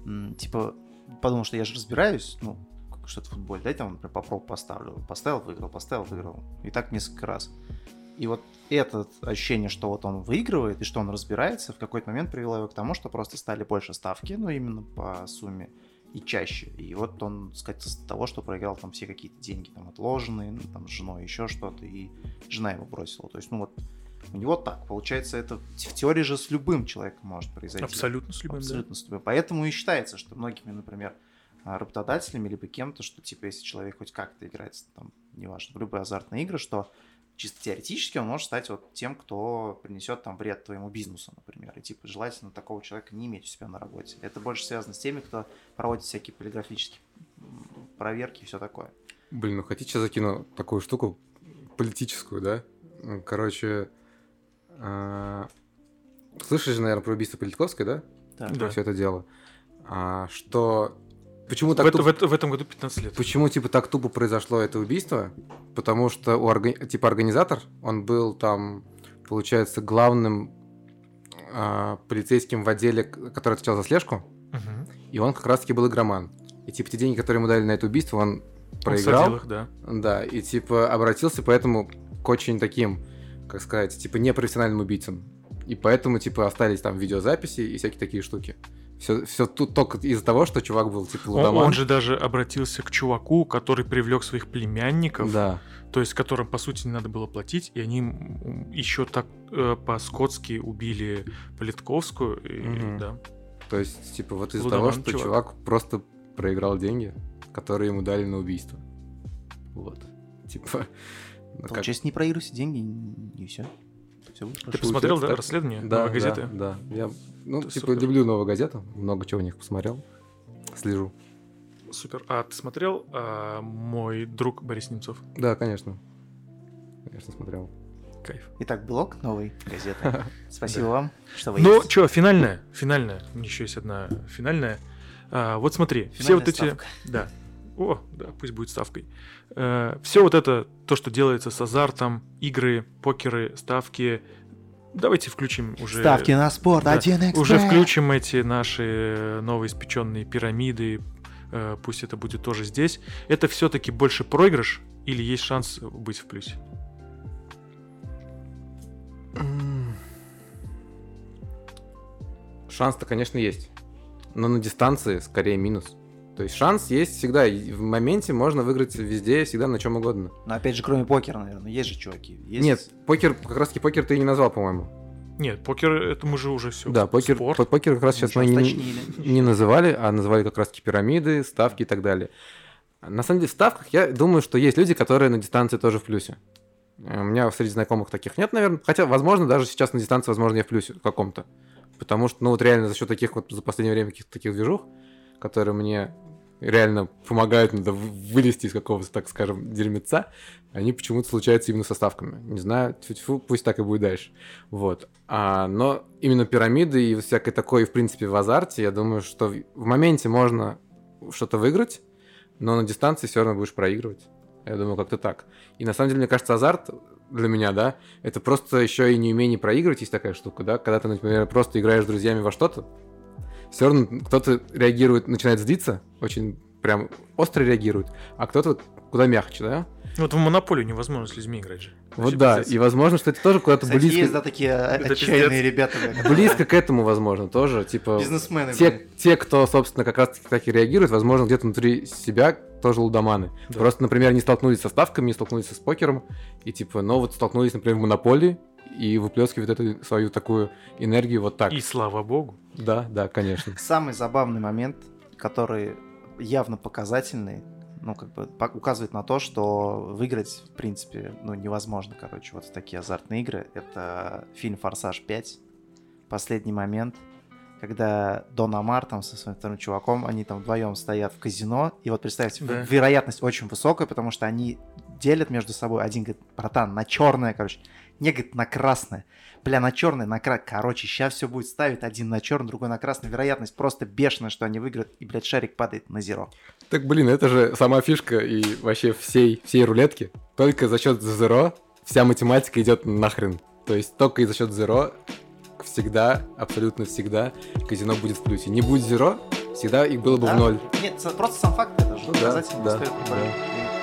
типа, подумал, что я же разбираюсь, ну, что-то в футболе, дайте я, например, попробую поставлю. Поставил, выиграл. И так несколько раз. И вот это ощущение, что вот он выигрывает и что он разбирается, в какой-то момент привело его к тому, что просто стали больше ставки, ну, именно по сумме, и чаще. И вот он, сказать, с того, что проиграл там все какие-то деньги там отложенные, ну, там, с женой еще что-то, и жена его бросила. То есть, ну, вот у него так. Получается, это в теории же с любым человеком может произойти. Абсолютно с любым, Абсолютно с любым. Поэтому и считается, что многими, например, работодателями, либо кем-то, что, типа, если человек хоть как-то играет, там, неважно, в любые азартные игры, что чисто теоретически он может стать вот тем, кто принесет там вред твоему бизнесу, например. И, типа, желательно такого человека не иметь у себя на работе. Это больше связано с теми, кто проводит всякие полиграфические проверки и все такое. Блин, ну хотите, сейчас закину такую штуку политическую, да? Короче, слышали же, наверное, про убийство Политковской, да? Так. Да. Все это дело. Что... Почему так В этом году 15 лет. Почему, типа, так тупо произошло это убийство? Потому что типа, организатор, он был там, получается, главным полицейским в отделе, который отвечал за слежку, Мгм. и он как раз-таки был игроман. И, типа, те деньги, которые ему дали на это убийство, он Он проиграл. всадил их, да. Да, и, типа, обратился поэтому к очень таким, как сказать, типа, непрофессиональным убийцам. И поэтому, типа, остались там видеозаписи и всякие такие штуки. Все тут только из-за того, что чувак был, типа, лудоман. Он же даже обратился к чуваку, который привлек своих племянников, Да. то есть которым, по сути, не надо было платить, и они еще так по-скотски убили Политковскую. И, Мгм. да. То есть, типа, вот из-за Лудоман того, что чувак. чувак просто проиграл деньги, которые ему дали на убийство. Вот. Типа... ну, как- Получается, не проигрывайте деньги, и все. Все будет Ты хорошо. посмотрел, да, так. расследование Да, «Новой газеты»? Да. Я, ну, Это типа, супер. люблю «Новую газету», много чего у них посмотрел, слежу. Супер. А ты смотрел «Мой друг Борис Немцов»? Да, конечно. Конечно, смотрел. Кайф. Итак, блог новой газеты. Спасибо вам, что вы Ну, есть. что, финальная. Еще есть одна финальная. Вот смотри, все вот Финальная эти... ставка. Да. О, да, пусть будет ставкой. Все вот это, то, что делается с азартом, игры, покеры, ставки. Давайте включим уже... Ставки на спорт, Да, 1x. Уже включим эти наши новоиспеченные пирамиды. Пусть это будет тоже здесь. Это все-таки больше проигрыш или есть шанс быть в плюсе? Шанс-то, конечно, есть. Но на дистанции скорее минус. То есть шанс есть всегда. И в моменте можно выиграть везде, всегда на чем угодно. Но опять же, кроме покера, наверное, есть же чуваки. Есть... Нет, покер, как раз таки покер ты и не назвал, по-моему. Нет, покер, это мы же уже все. Да, покер, Спорт. покер как раз сейчас мы Ничего, не, уточнили. не называли, а называли как раз таки пирамиды, ставки и так далее. На самом деле в ставках я думаю, что есть люди, которые на дистанции тоже в плюсе. У меня среди знакомых таких нет, наверное. Хотя, возможно, даже сейчас на дистанции, возможно, я в плюсе каком-то. Потому что, ну вот реально за счет таких вот за последнее время каких-то таких движух, которые мне реально помогают надо вылезти из какого-то, так скажем, дерьмеца, они почему-то случаются именно со ставками. Не знаю, тьфу-тьфу, пусть так и будет дальше. Вот. Но именно пирамиды и всякое такое, в принципе, в азарте, я думаю, что в моменте можно что-то выиграть, но на дистанции все равно будешь проигрывать. Я думаю, как-то так. И на самом деле, мне кажется, азарт для меня, да, это просто еще и неумение проигрывать, есть такая штука, да, когда ты, например, просто играешь с друзьями во что-то, все равно кто-то реагирует, начинает злиться, очень прям остро реагирует, а кто-то куда мягче, да? Вот в Монополию невозможно с людьми играть же. Вот да, и возможно, что это тоже куда-то Кстати, близко... есть, да, такие отчаянные ребята. Близко к этому, возможно, тоже, типа... Бизнесмены. Те, кто, собственно, как раз так и реагирует, возможно, где-то внутри себя тоже лудоманы. Да. Просто, например, не столкнулись со ставками, не столкнулись с покером, и типа, но вот столкнулись, например, в Монополии, и выплескивают эту свою такую энергию вот так. И слава богу. Да, да, конечно. Самый забавный момент, который явно показательный, ну, как бы указывает на то, что выиграть, в принципе, ну, невозможно, короче, вот в такие азартные игры. Это фильм «Форсаж 5». Последний момент, когда Дон Омар там со своим вторым чуваком, они там вдвоем стоят в казино, и вот представьте, да. Вероятность очень высокая, потому что они делят между собой. Один говорит: братан, на черное, короче. Не, говорит, на красное. Бля, на черное, на красное. Короче, сейчас все будет ставить. Один на черный, другой на красный. Вероятность просто бешеная, что они выиграют. И, блядь, шарик падает на зеро. Так, блин, это же сама фишка и вообще всей рулетки. Только за счет зеро вся математика идет нахрен. То есть только за счет зеро всегда, абсолютно всегда казино будет в плюсе. Не будь зеро, всегда их было бы в ноль. Нет, просто сам факт это же. Показательно, да, стоит да.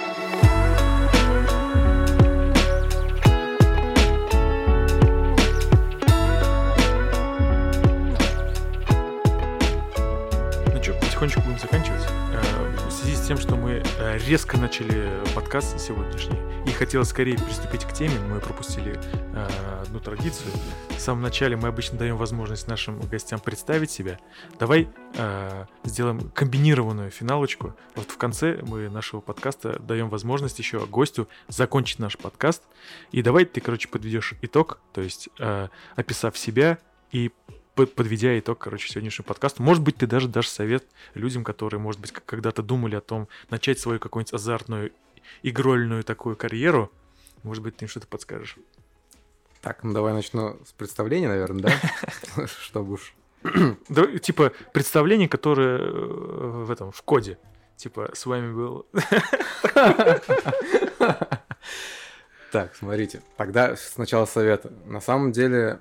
Потихонечку будем заканчивать. В связи с тем, что мы резко начали подкаст сегодняшний и хотелось скорее приступить к теме, мы пропустили одну традицию. В самом начале мы обычно даем возможность нашим гостям представить себя. Давай сделаем комбинированную финалочку. Вот в конце мы нашего подкаста даем возможность еще гостю закончить наш подкаст. И давай ты, короче, подведешь итог, то есть описав себя и подведя итог, короче, сегодняшнего подкаста. Может быть, ты даже дашь совет людям, которые, может быть, когда-то думали о том, начать свою какую-нибудь азартную, игрольную такую карьеру. Может быть, ты им что-то подскажешь. Так, ну давай начну с представления, наверное, да? Чтобы уж... Типа, представление, которое в коде. Типа, с вами был... Так, смотрите. Тогда сначала совета. На самом деле...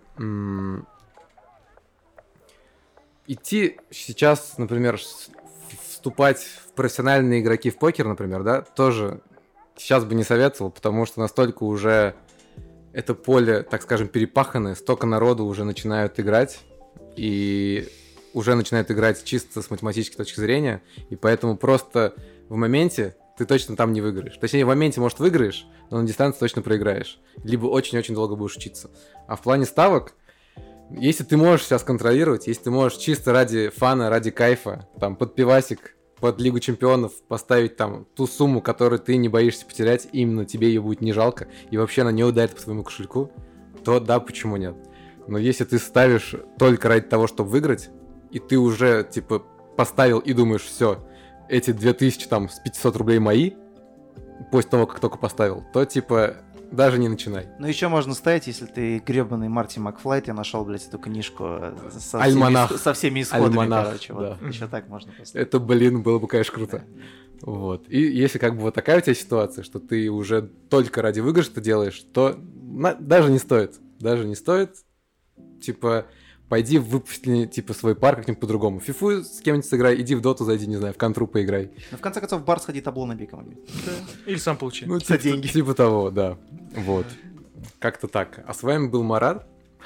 Идти сейчас, например, вступать в профессиональные игроки в покер, например, да, тоже сейчас бы не советовал, потому что настолько уже это поле, так скажем, перепаханное, столько народу уже начинают играть, и уже начинают играть чисто с математической точки зрения, и поэтому просто в моменте ты точно там не выиграешь. Точнее, в моменте, может, выиграешь, но на дистанции точно проиграешь. Либо очень-очень долго будешь учиться. А в плане ставок, если ты можешь сейчас контролировать, если ты можешь чисто ради фана, ради кайфа, там, под пивасик, под Лигу Чемпионов поставить там ту сумму, которую ты не боишься потерять, именно тебе ее будет не жалко, и вообще она не ударит по твоему кошельку, то да, почему нет? Но если ты ставишь только ради того, чтобы выиграть, и ты уже, типа, поставил и думаешь, все, эти 2000 там с 500 рублей мои, после того, как только поставил, то, типа... Даже не начинай. Ну, еще можно ставить, если ты гребаный Марти Макфлай, я нашел, блядь, эту книжку со всеми исходами, Альманах, короче. Да. Вот, еще так можно поставить. Это, блин, было бы, конечно, круто. Да. Вот. И если как бы вот такая у тебя ситуация, что ты уже только ради выигрыша делаешь, то даже не стоит. Даже не стоит. Типа, пойди выпусти, типа, свой пар как-нибудь по-другому. Фифу с кем-нибудь сыграй, иди в доту зайди, не знаю, в контру поиграй. Ну, в конце концов, в бар сходи, табло набей кому-нибудь. Да. Или сам получи. Ну, за деньги. Типа того, да. Вот. Как-то так. А с вами был Марат.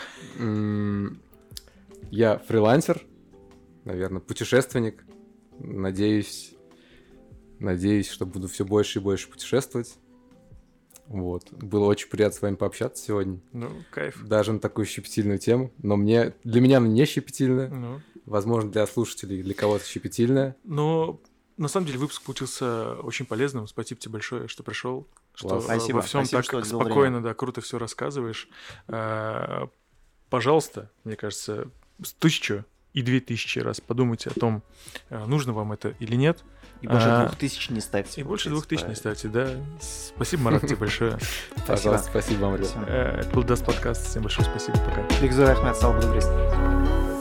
Я фрилансер, наверное, путешественник. Надеюсь, что буду все больше и больше путешествовать. Вот. Было очень приятно с вами пообщаться сегодня. Ну, кайф. Даже на такую щепетильную тему. Но для меня она не щепетильная. Ну. Возможно, для слушателей, для кого-то щепетильная. Но на самом деле выпуск получился очень полезным. Спасибо тебе большое, что пришел. Что спасибо. Во всем так спокойно, да, круто все рассказываешь. Пожалуйста, мне кажется, 1000 и 2000 раз подумайте о том, нужно вам это или нет. И больше 2000 не ставьте. И больше 2000 не ставьте, да. Спасибо, Марат, тебе большое. Пожалуйста, спасибо вам, ребят. Это был Даст подкаст. Всем большое спасибо, пока. Бигзур Ахмед, Салбудубрист.